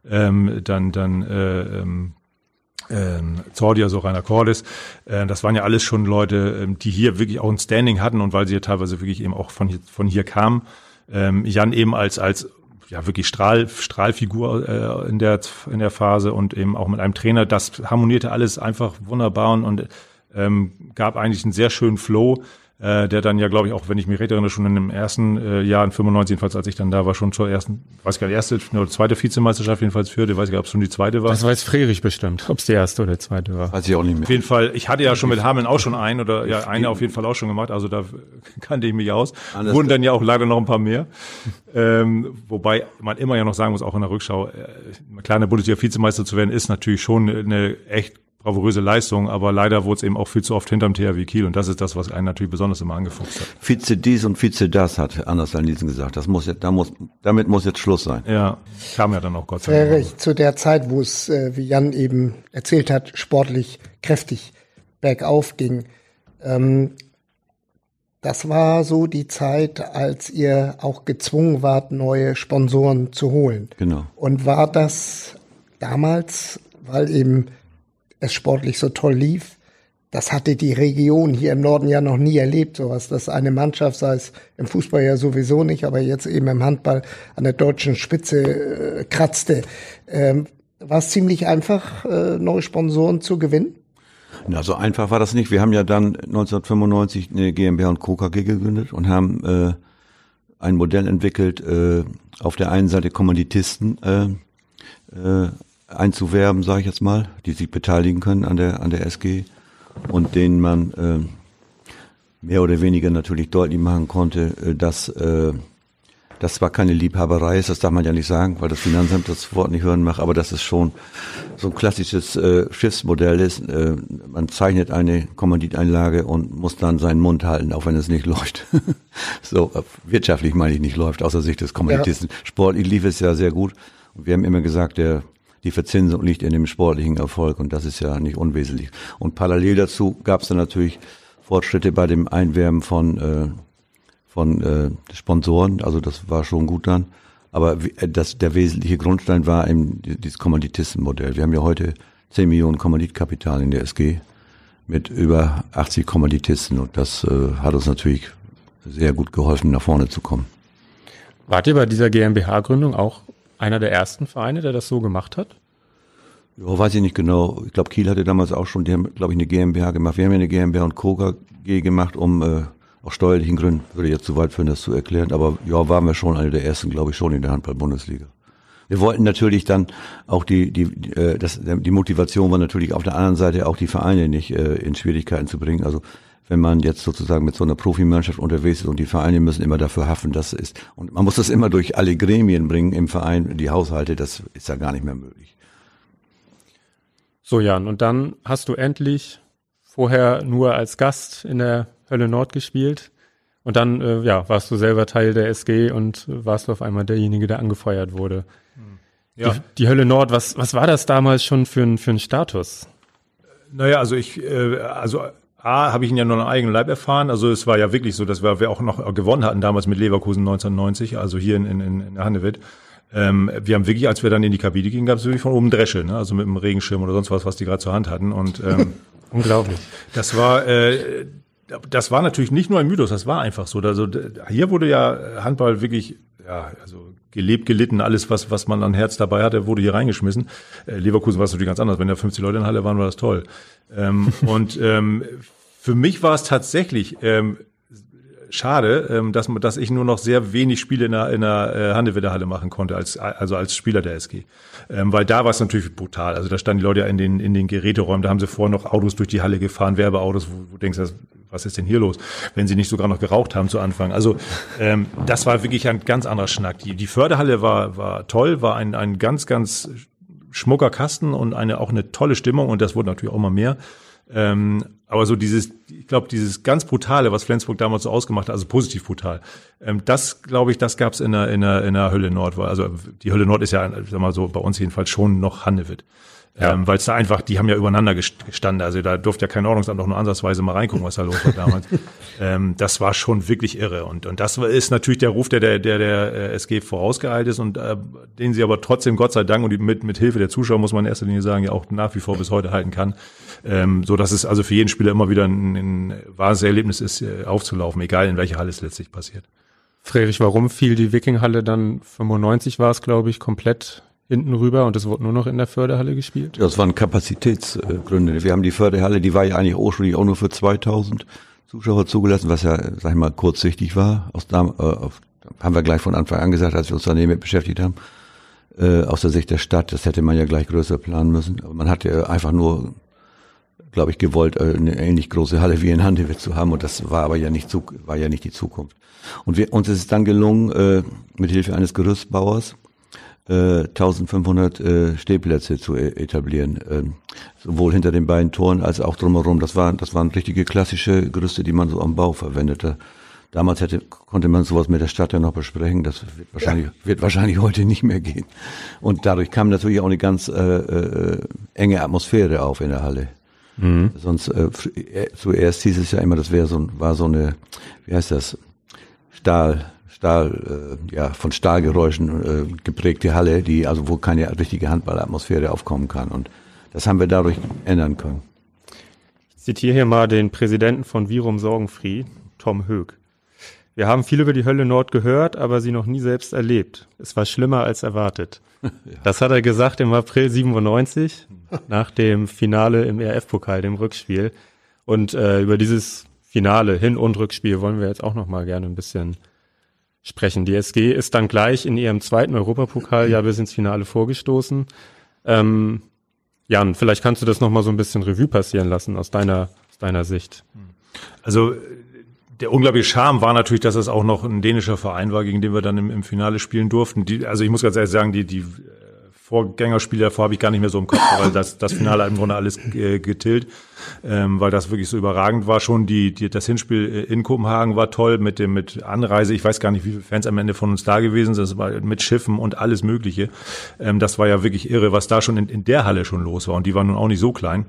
Zordi, also Rainer Cordes. Das waren ja alles schon Leute, die hier wirklich auch ein Standing hatten und weil sie ja teilweise wirklich eben auch von hier kamen. Jan eben als ja wirklich Strahlfigur in der Phase und eben auch mit einem Trainer, das harmonierte alles einfach wunderbar und gab eigentlich einen sehr schönen Flow, der dann ja, glaube ich, auch wenn ich mich recht erinnere, schon in dem ersten Jahr in 95, jedenfalls als ich dann da war, schon zur ersten, weiß gar nicht, erste oder zweite Vizemeisterschaft jedenfalls führte, weiß gar nicht, ob es schon die zweite war. Das weiß Friedrich bestimmt, ob es die erste oder die zweite war. Weiß ich auch nicht mehr. Auf jeden Fall, ich hatte ja schon mit Hameln auch schon eine auf jeden Fall auch schon gemacht, also da kannte ich mich aus. Wurden dann ja auch leider noch ein paar mehr. Wobei man immer ja noch sagen muss, auch in der Rückschau, kleiner Bundesliga-Vizemeister zu werden, ist natürlich schon eine echt bravouröse Leistung, aber leider wurde es eben auch viel zu oft hinterm THW Kiel und das ist das, was einen natürlich besonders immer angefuchst hat. Vize dies und Vize das, hat Anders Nielsen gesagt. Damit muss jetzt Schluss sein. Ja, kam ja dann auch Gott sei Dank. Zu der Zeit, wo es, wie Jan eben erzählt hat, sportlich kräftig bergauf ging. Das war so die Zeit, als ihr auch gezwungen wart, neue Sponsoren zu holen. Genau. Und war das damals, weil eben es sportlich so toll lief, das hatte die Region hier im Norden ja noch nie erlebt, sowas, dass eine Mannschaft, sei es im Fußball ja sowieso nicht, aber jetzt eben im Handball an der deutschen Spitze kratzte. War es ziemlich einfach, neue Sponsoren zu gewinnen? Na, so einfach war das nicht. Wir haben ja dann 1995 eine GmbH und Co. KG gegründet und haben ein Modell entwickelt, auf der einen Seite Kommanditisten einzuwerben, sage ich jetzt mal, die sich beteiligen können an der SG und denen man mehr oder weniger natürlich deutlich machen konnte, dass das zwar keine Liebhaberei ist, das darf man ja nicht sagen, weil das Finanzamt das Wort nicht hören mag, aber dass es schon so ein klassisches Schiffsmodell ist. Man zeichnet eine Kommanditeinlage und muss dann seinen Mund halten, auch wenn es nicht läuft. So wirtschaftlich meine ich nicht läuft, aus der Sicht des Kommanditisten. Ja. Sportlich lief es ja sehr gut. Und wir haben immer gesagt, die Verzinsung liegt in dem sportlichen Erfolg und das ist ja nicht unwesentlich. Und parallel dazu gab es dann natürlich Fortschritte bei dem Einwerben von Sponsoren, also das war schon gut dann. Aber der wesentliche Grundstein war eben dieses Kommanditistenmodell. Wir haben ja heute 10 Millionen Kommanditkapital in der SG mit über 80 Kommanditisten und das hat uns natürlich sehr gut geholfen, nach vorne zu kommen. Wart ihr bei dieser GmbH-Gründung auch einer der ersten Vereine, der das so gemacht hat? Ja, weiß ich nicht genau. Ich glaube, Kiel hatte damals auch schon, die haben, glaube ich, eine GmbH gemacht. Wir haben ja eine GmbH und Co. KG gemacht, um aus steuerlichen Gründen, würde jetzt zu weit führen, das zu erklären, aber ja, waren wir schon eine der ersten, glaube ich, schon in der Handball-Bundesliga. Wir wollten natürlich dann auch die Motivation war natürlich auf der anderen Seite auch die Vereine nicht in Schwierigkeiten zu bringen. Also wenn man jetzt sozusagen mit so einer Profimannschaft unterwegs ist und die Vereine müssen immer dafür haften, und man muss das immer durch alle Gremien bringen im Verein, die Haushalte, das ist ja gar nicht mehr möglich. So, Jan, und dann hast du endlich vorher nur als Gast in der Hölle Nord gespielt und dann warst du selber Teil der SG und warst du auf einmal derjenige, der angefeuert wurde. Ja. Die Hölle Nord, was war das damals schon für ein Status? Naja, also habe ich ihn ja nur am eigenen Leib erfahren. Also es war ja wirklich so, dass wir auch noch gewonnen hatten damals mit Leverkusen 1990, also hier in der Handewitt. Wir haben wirklich, als wir dann in die Kabine gingen, gab es wirklich von oben Dresche, ne? Also mit einem Regenschirm oder sonst was die gerade zur Hand hatten. Und unglaublich. Das war natürlich nicht nur ein Mythos, das war einfach so. Also hier wurde ja Handball wirklich, gelebt, gelitten, alles was man an Herz dabei hatte, wurde hier reingeschmissen. Leverkusen war es natürlich ganz anders. Wenn da 50 Leute in der Halle waren, war das toll. Für mich war es tatsächlich schade, dass ich nur noch sehr wenig Spiele in der Handewitter Halle machen konnte als Spieler der SG. Weil da war es natürlich brutal. Also da standen die Leute ja in den Geräteräumen, da haben sie vorher noch Autos durch die Halle gefahren, Werbeautos, wo du denkst, was ist denn hier los? Wenn sie nicht sogar noch geraucht haben zu Anfang. Also das war wirklich ein ganz anderer Schnack. Die Förderhalle war toll, war ein ganz, ganz schmucker Kasten und auch eine tolle Stimmung und das wurde natürlich auch immer mehr. Aber so ich glaube, dieses ganz Brutale, was Flensburg damals so ausgemacht hat, also positiv brutal, das glaube ich, das gab's in der Hölle Nord. Also die Hölle Nord ist ja, sag mal so, bei uns jedenfalls schon noch Handewitt. Ja. Weil es da einfach, die haben ja übereinander gestanden, also da durfte ja kein Ordnungsamt auch nur ansatzweise mal reingucken, was da los war damals. Das war schon wirklich irre und das ist natürlich der Ruf, der SG vorausgeeilt ist und den sie aber trotzdem, Gott sei Dank und mit Hilfe der Zuschauer, muss man in erster Linie sagen, ja auch nach wie vor bis heute halten kann, so dass es also für jeden Spieler immer wieder ein wahres Erlebnis ist, aufzulaufen, egal in welcher Halle es letztlich passiert. Friedrich, warum fiel die Wikinghalle dann 95 war es, glaube ich, komplett hinten rüber und es wurde nur noch in der Förderhalle gespielt? Das waren Kapazitätsgründe. Wir haben die Förderhalle, die war ja eigentlich ursprünglich auch nur für 2000 Zuschauer zugelassen, was ja, sag ich mal, kurzsichtig war. Haben wir gleich von Anfang an gesagt, als wir uns damit beschäftigt haben. Aus der Sicht der Stadt, das hätte man ja gleich größer planen müssen. Aber man hat ja einfach nur, glaube ich, gewollt, eine ähnlich große Halle wie in Handewitt zu haben und das war aber ja nicht die Zukunft. Und uns ist es dann gelungen, mit Hilfe eines Gerüstbauers 1500 Stehplätze zu etablieren, sowohl hinter den beiden Toren als auch drumherum. Das waren richtige klassische Gerüste, die man so am Bau verwendete. Damals konnte man sowas mit der Stadt ja noch besprechen. Das wird wahrscheinlich heute nicht mehr gehen. Und dadurch kam natürlich auch eine ganz enge Atmosphäre auf in der Halle. Mhm. Sonst zuerst hieß es ja immer, das war so eine, wie heißt das, von Stahlgeräuschen geprägte Halle, wo keine richtige Handballatmosphäre aufkommen kann. Und das haben wir dadurch ändern können. zitiere hier mal den Präsidenten von Virum Sorgenfree, Tom Höck. Wir haben viel über die Hölle Nord gehört, aber sie noch nie selbst erlebt. Es war schlimmer als erwartet. Ja. Das hat er gesagt im April 97, nach dem Finale im ERF-Pokal, dem Rückspiel. Und über dieses Finale, Hin- und Rückspiel, wollen wir jetzt auch noch mal gerne ein bisschen sprechen. Die SG ist dann gleich in ihrem zweiten Europapokaljahr bis ins Finale vorgestoßen. Jan, vielleicht kannst du das noch mal so ein bisschen Revue passieren lassen aus deiner Sicht. Also der unglaubliche Charme war natürlich, dass es auch noch ein dänischer Verein war, gegen den wir dann im Finale spielen durften. Also ich muss ganz ehrlich sagen, die Vorgängerspiele davor habe ich gar nicht mehr so im Kopf, weil das Finale im Grunde alles getilgt, weil das wirklich so überragend war schon. Das Hinspiel in Kopenhagen war toll mit Anreise. Ich weiß gar nicht, wie viele Fans am Ende von uns da gewesen sind. Das war mit Schiffen und alles Mögliche. Das war ja wirklich irre, was da schon in der Halle schon los war. Und die war nun auch nicht so klein.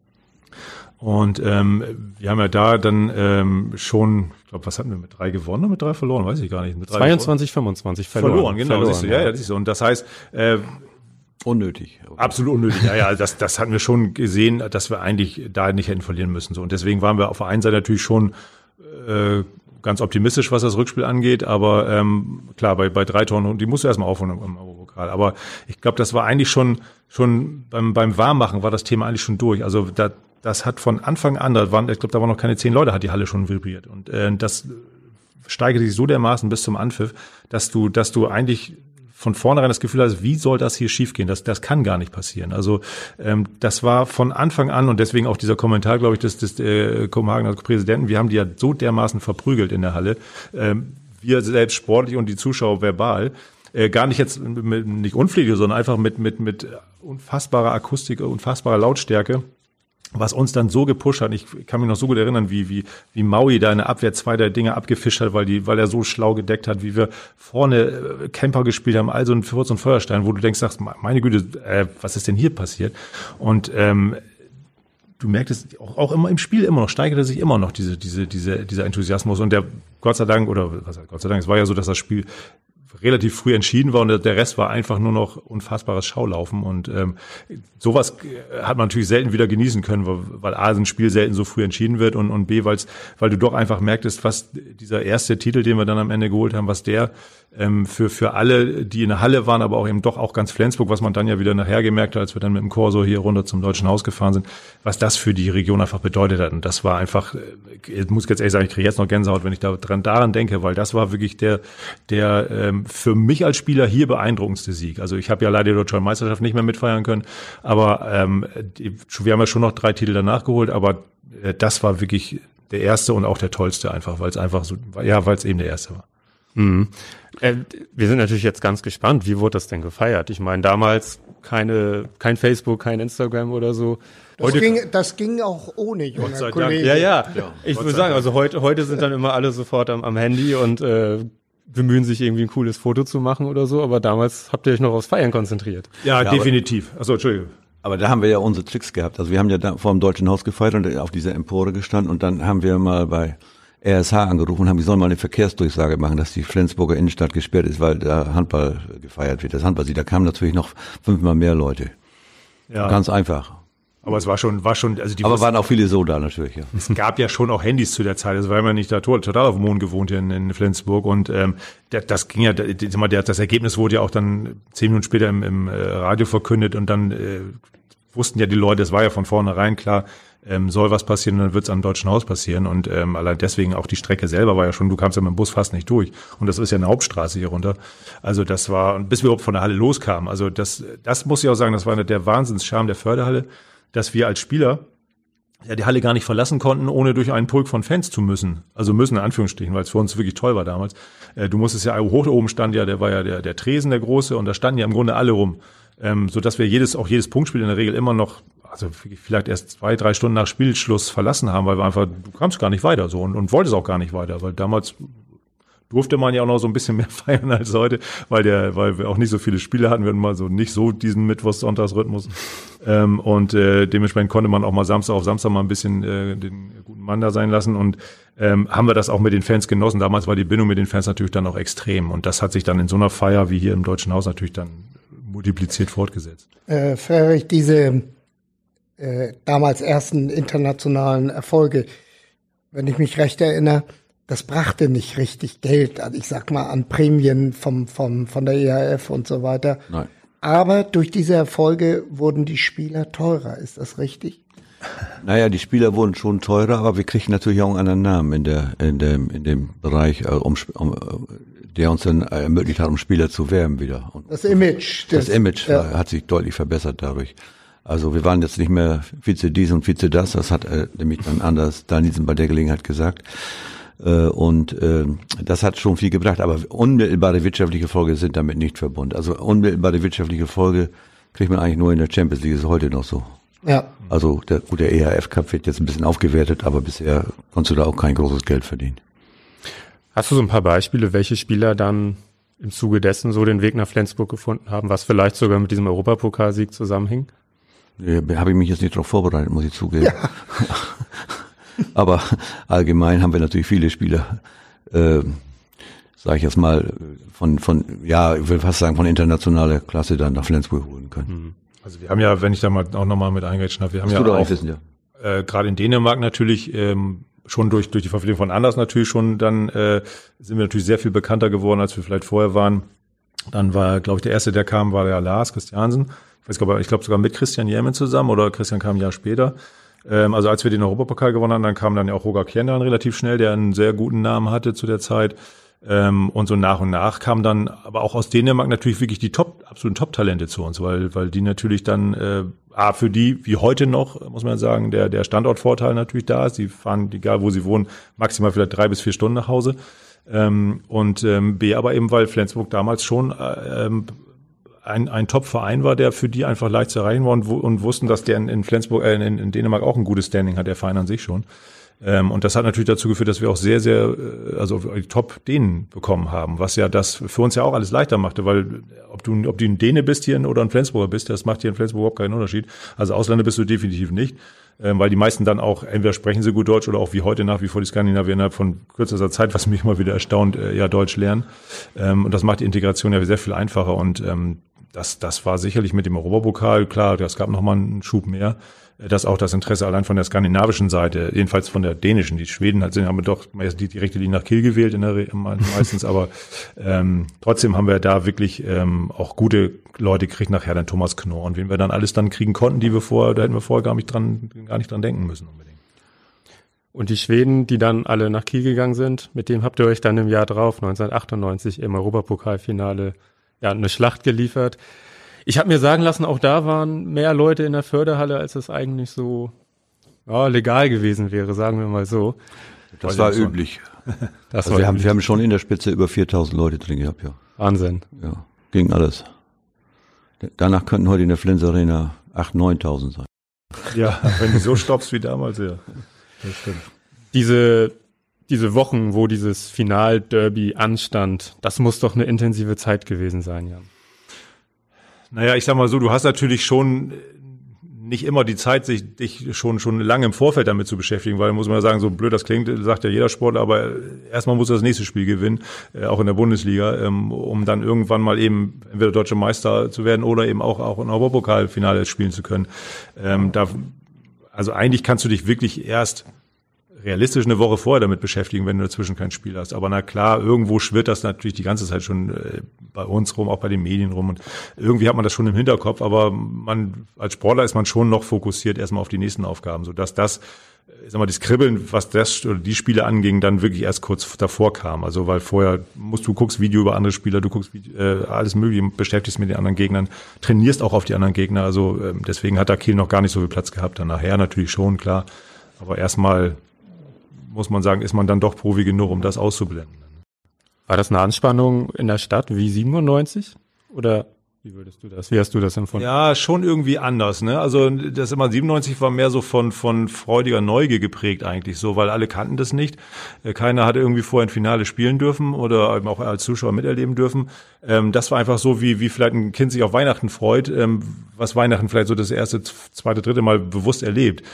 Und wir haben ja da dann schon, ich glaube, was hatten wir mit 3 gewonnen oder mit 3 verloren? Weiß ich gar nicht. Mit 22, 25 verloren. Genau. Siehst du, ja, das ist so. Und das heißt, unnötig. Absolut unnötig. Ja, das hatten wir schon gesehen, dass wir eigentlich da nicht hätten verlieren müssen. So. Und deswegen waren wir auf der einen Seite natürlich schon ganz optimistisch, was das Rückspiel angeht. Aber klar, bei 3 Toren, die musst du erstmal aufholen im Europapokal. Aber ich glaube, das war eigentlich schon beim Warmmachen war das Thema eigentlich schon durch. Also das hat von Anfang an, ich glaube, da waren noch keine 10 Leute, hat die Halle schon vibriert. Und das steigerte sich so dermaßen bis zum Anpfiff, dass du eigentlich von vornherein das Gefühl hast, wie soll das hier schiefgehen? Das kann gar nicht passieren. Also das war von Anfang an und deswegen auch dieser Kommentar, glaube ich, des Kopenhagener Präsidenten. Wir haben die ja so dermaßen verprügelt in der Halle. Wir selbst sportlich und die Zuschauer verbal. Gar nicht jetzt nicht unflätig, sondern einfach mit unfassbarer Akustik, unfassbarer Lautstärke. Was uns dann so gepusht hat, ich kann mich noch so gut erinnern, wie Maui da in der Abwehr 2 der Dinge abgefischt hat, weil er so schlau gedeckt hat, wie wir vorne Camper gespielt haben, also ein Furz und Feuerstein, wo du denkst, meine Güte, was ist denn hier passiert? Und du merkst es auch immer im Spiel immer noch, steigerte sich immer noch dieser Enthusiasmus und der Gott sei Dank, es war ja so, dass das Spiel relativ früh entschieden war und der Rest war einfach nur noch unfassbares Schaulaufen und sowas hat man natürlich selten wieder genießen können, weil A, ein Spiel selten so früh entschieden wird und B, weil du doch einfach merktest, was dieser erste Titel, den wir dann am Ende geholt haben, was der für alle, die in der Halle waren, aber auch eben doch auch ganz Flensburg, was man dann ja wieder nachher gemerkt hat, als wir dann mit dem Corso hier runter zum Deutschen Haus gefahren sind, was das für die Region einfach bedeutet hat. Und das war einfach, ich muss jetzt ehrlich sagen, ich kriege jetzt noch Gänsehaut, wenn ich daran denke, weil das war wirklich der für mich als Spieler hier beeindruckendste Sieg. Also ich habe ja leider die Deutsche Meisterschaft nicht mehr mitfeiern können, aber wir haben ja schon noch 3 Titel danach geholt, aber das war wirklich der erste und auch der tollste einfach, weil es einfach so, ja, weil es eben der erste war. Mhm. Wir sind natürlich jetzt ganz gespannt, wie wurde das denn gefeiert? Ich meine, damals kein Facebook, kein Instagram oder so. Das ging auch ohne junge Kollegen. Ja. Ich würde sagen, also heute sind dann immer alle sofort am Handy und bemühen sich irgendwie ein cooles Foto zu machen oder so, aber damals habt ihr euch noch aufs Feiern konzentriert. Ja, definitiv. Achso, Entschuldigung. Aber da haben wir ja unsere Tricks gehabt. Also wir haben ja da vor dem Deutschen Haus gefeiert und auf dieser Empore gestanden und dann haben wir mal bei RSH angerufen und haben, wir sollen mal eine Verkehrsdurchsage machen, dass die Flensburger Innenstadt gesperrt ist, weil da Handball gefeiert wird, das Handballsieg. Da kamen natürlich noch 5-mal mehr Leute. Ja. Ganz einfach. Aber es war schon, also aber waren auch viele so da natürlich, ja. Es gab ja schon auch Handys zu der Zeit, also wir haben ja nicht da total auf dem Mond gewohnt hier in Flensburg und das ging ja, das Ergebnis wurde ja auch dann 10 Minuten später im Radio verkündet und dann wussten ja die Leute, es war ja von vornherein klar, soll was passieren, dann wird es am Deutschen Haus passieren und allein deswegen auch die Strecke selber war ja schon, du kamst ja mit dem Bus fast nicht durch und das ist ja eine Hauptstraße hier runter, also das war, bis wir überhaupt von der Halle loskamen, also das muss ich auch sagen, das war der Wahnsinnscharme der Förderhalle, dass wir als Spieler ja die Halle gar nicht verlassen konnten, ohne durch einen Pulk von Fans zu müssen. Also müssen in Anführungsstrichen, weil es für uns wirklich toll war damals. Du musstest ja, hoch oben stand ja, der war ja der Tresen, der große, und da standen ja im Grunde alle rum. So dass wir jedes Punktspiel in der Regel immer noch, also vielleicht erst 2-3 Stunden nach Spielschluss verlassen haben, weil wir einfach, du kamst gar nicht weiter so und wolltest auch gar nicht weiter, weil damals durfte man ja auch noch so ein bisschen mehr feiern als heute, weil wir auch nicht so viele Spiele hatten, wir hatten mal so nicht so diesen Mittwochs-Sonntags-Rhythmus und dementsprechend konnte man auch mal Samstag auf Samstag mal ein bisschen den guten Mann da sein lassen und haben wir das auch mit den Fans genossen. Damals war die Bindung mit den Fans natürlich dann auch extrem und das hat sich dann in so einer Feier wie hier im Deutschen Haus natürlich dann multipliziert fortgesetzt. Ferrich, diese damals ersten internationalen Erfolge. Wenn ich mich recht erinnere, das brachte nicht richtig Geld, also ich sag mal an Prämien von der EHF und so weiter. Nein. Aber durch diese Erfolge wurden die Spieler teurer, ist das richtig? Naja, die Spieler wurden schon teurer, aber wir kriegen natürlich auch einen anderen Namen in dem Bereich, der uns dann ermöglicht hat, um Spieler zu werben wieder. Und das Image. Das Image hat sich deutlich verbessert dadurch. Also wir waren jetzt nicht mehr Vize dies und Vize das hat nämlich dann anders Danielsen bei der Gelegenheit gesagt. Und das hat schon viel gebracht, aber unmittelbare wirtschaftliche Folge sind damit nicht verbunden. Also unmittelbare wirtschaftliche Folge kriegt man eigentlich nur in der Champions League, ist heute noch so. Ja. Also der EHF Cup wird jetzt ein bisschen aufgewertet, aber bisher konntest du da auch kein großes Geld verdienen. Hast du so ein paar Beispiele, welche Spieler dann im Zuge dessen so den Weg nach Flensburg gefunden haben, was vielleicht sogar mit diesem Europapokalsieg zusammenhing? Habe ich mich jetzt nicht darauf vorbereitet, muss ich zugeben. Ja. Aber allgemein haben wir natürlich viele Spieler, sage ich jetzt mal, ich will fast sagen, von internationaler Klasse dann nach Flensburg holen können. Also wir haben ja, wenn ich da mal auch nochmal mit eingrätschen darf, wir haben das ja auch wissen, ja. Gerade in Dänemark natürlich schon durch die Verpflichtung von Anders natürlich schon, dann sind wir natürlich sehr viel bekannter geworden, als wir vielleicht vorher waren. Dann war, glaube ich, der erste, der kam, war der Lars Christiansen. Ich glaube sogar mit Christian Jämen zusammen, oder Christian kam ein Jahr später. Also als wir den Europapokal gewonnen haben, dann kam dann ja auch Roger Kjenderen relativ schnell, der einen sehr guten Namen hatte zu der Zeit. Und so nach und nach kamen dann aber auch aus Dänemark natürlich wirklich die absoluten Top-Talente zu uns, weil die natürlich dann für die, wie heute noch, muss man sagen, der Standortvorteil natürlich da ist. Die fahren, egal wo sie wohnen, maximal vielleicht 3 bis 4 Stunden nach Hause. B, aber eben, weil Flensburg damals schon ein Top-Verein war, der für die einfach leicht zu erreichen war und wussten, dass der in Flensburg, in Dänemark auch ein gutes Standing hat, der Verein an sich schon. Und das hat natürlich dazu geführt, dass wir auch sehr, sehr, also die Top-Dänen bekommen haben, was ja das für uns ja auch alles leichter machte, weil ob du ein Däne bist hier oder ein Flensburger bist, das macht hier in Flensburg überhaupt keinen Unterschied. Also Ausländer bist du definitiv nicht, weil die meisten dann auch, entweder sprechen sie gut Deutsch oder auch wie heute nach wie vor die Skandinavier innerhalb von kürzester Zeit, was mich immer wieder erstaunt, ja Deutsch lernen. Und das macht die Integration ja sehr viel einfacher und das war sicherlich mit dem Europapokal, klar, das gab nochmal einen Schub mehr, dass auch das Interesse allein von der skandinavischen Seite, jedenfalls von der dänischen, die Schweden haben doch meist die direkte Linie nach Kiel gewählt meistens, aber trotzdem haben wir da wirklich auch gute Leute gekriegt, nachher dann Thomas Knorr und wen wir dann alles dann kriegen konnten, da hätten wir vorher gar nicht dran denken müssen unbedingt. Und die Schweden, die dann alle nach Kiel gegangen sind, mit dem habt ihr euch dann im Jahr drauf, 1998, im Europapokalfinale eine Schlacht geliefert. Ich habe mir sagen lassen, auch da waren mehr Leute in der Förderhalle, als es eigentlich so legal gewesen wäre, sagen wir mal so. Das war üblich. Wir haben schon in der Spitze über 4.000 Leute drin gehabt, ja. Wahnsinn. Ja, ging alles. Danach könnten heute in der Flens Arena 8.000, 9.000 sein. Ja, wenn du so stoppst wie damals, ja. Das stimmt. Diese Wochen, wo dieses Final-Derby anstand, das muss doch eine intensive Zeit gewesen sein, Jan. Naja, ich sag mal so, du hast natürlich schon nicht immer die Zeit, dich schon lange im Vorfeld damit zu beschäftigen, weil, muss man sagen, so blöd das klingt, sagt ja jeder Sportler, aber erstmal muss er das nächste Spiel gewinnen, auch in der Bundesliga, um dann irgendwann mal eben entweder deutscher Meister zu werden oder eben auch ein Europapokalfinale spielen zu können. Also eigentlich kannst du dich wirklich erst realistisch eine Woche vorher damit beschäftigen, wenn du dazwischen kein Spiel hast. Aber na klar, irgendwo schwirrt das natürlich die ganze Zeit schon bei uns rum, auch bei den Medien rum. Und irgendwie hat man das schon im Hinterkopf, aber als Sportler ist man schon noch fokussiert erstmal auf die nächsten Aufgaben, sodass das Kribbeln, was das oder die Spiele anging, dann wirklich erst kurz davor kam. Also weil vorher du guckst Video über andere Spieler, du guckst alles Mögliche, beschäftigst mit den anderen Gegnern, trainierst auch auf die anderen Gegner. Also deswegen hat da Kiel noch gar nicht so viel Platz gehabt. Dann nachher natürlich schon, klar. Aber erstmal muss man sagen, ist man dann doch Profi genug, um das auszublenden. War das eine Anspannung in der Stadt wie 97? Oder wie hast du das empfunden? Ja, schon irgendwie anders, ne? Also, 97 war mehr so von freudiger Neugier geprägt eigentlich so, weil alle kannten das nicht. Keiner hatte irgendwie vorher ein Finale spielen dürfen oder eben auch als Zuschauer miterleben dürfen. Das war einfach so, wie vielleicht ein Kind sich auf Weihnachten freut, was Weihnachten vielleicht so das erste, zweite, dritte Mal bewusst erlebt.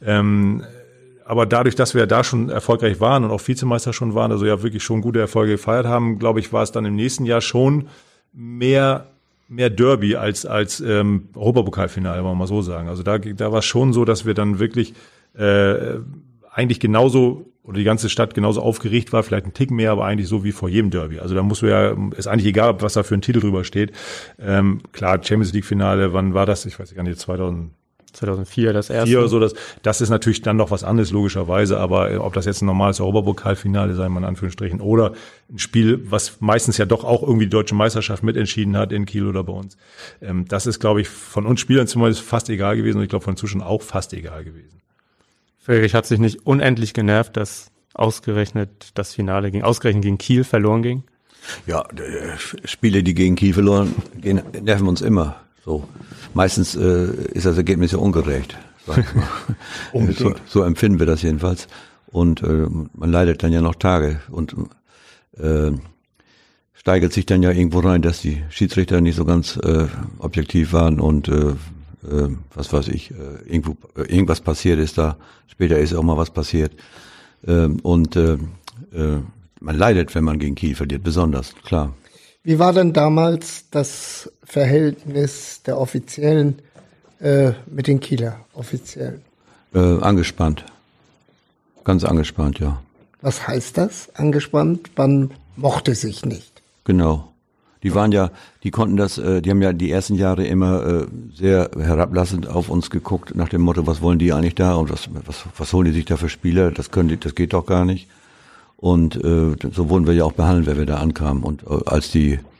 Aber dadurch, dass wir ja da schon erfolgreich waren und auch Vizemeister schon waren, also ja wirklich schon gute Erfolge gefeiert haben, glaube ich, war es dann im nächsten Jahr schon mehr mehr Derby als Europapokalfinale, wollen wir mal so sagen. Also da war es schon so, dass wir dann wirklich eigentlich genauso oder die ganze Stadt genauso aufgeregt war, vielleicht ein Tick mehr, aber eigentlich so wie vor jedem Derby. Also da musst du ja, ist eigentlich egal, was da für ein Titel drüber steht. Klar, Champions League Finale, wann war das? Ich weiß gar nicht, 2004 das erste. 4 oder so, das ist natürlich dann noch was anderes, logischerweise, aber ob das jetzt ein normales Europapokalfinale sein, mal in Anführungsstrichen, oder ein Spiel, was meistens ja doch auch irgendwie die deutsche Meisterschaft mitentschieden hat, in Kiel oder bei uns, das ist, glaube ich, von uns Spielern zumindest fast egal gewesen und ich glaube von den Zuschauern auch fast egal gewesen. Friedrich hat sich nicht unendlich genervt, dass ausgerechnet das Finale ausgerechnet gegen Kiel verloren ging? Ja, Spiele, die gegen Kiel verloren gehen, nerven uns immer. So. Meistens ist das Ergebnis ja ungerecht. Sag ich mal. so empfinden wir das jedenfalls. Und man leidet dann ja noch Tage und steigert sich dann ja irgendwo rein, dass die Schiedsrichter nicht so ganz objektiv waren und was weiß ich, irgendwas passiert ist da. Später ist auch mal was passiert. Und man leidet, wenn man gegen Kiel verliert, besonders, klar. Wie war denn damals das Verhältnis der Offiziellen mit den Kieler Offiziellen? Angespannt. Ganz angespannt, ja. Was heißt das? Angespannt? Man mochte sich nicht. Genau. Die konnten das, die haben ja die ersten Jahre immer sehr herablassend auf uns geguckt, nach dem Motto, was wollen die eigentlich da und was holen die sich da für Spieler? Das geht doch gar nicht. Und so wurden wir ja auch behandelt, wenn wir da ankamen. Und ich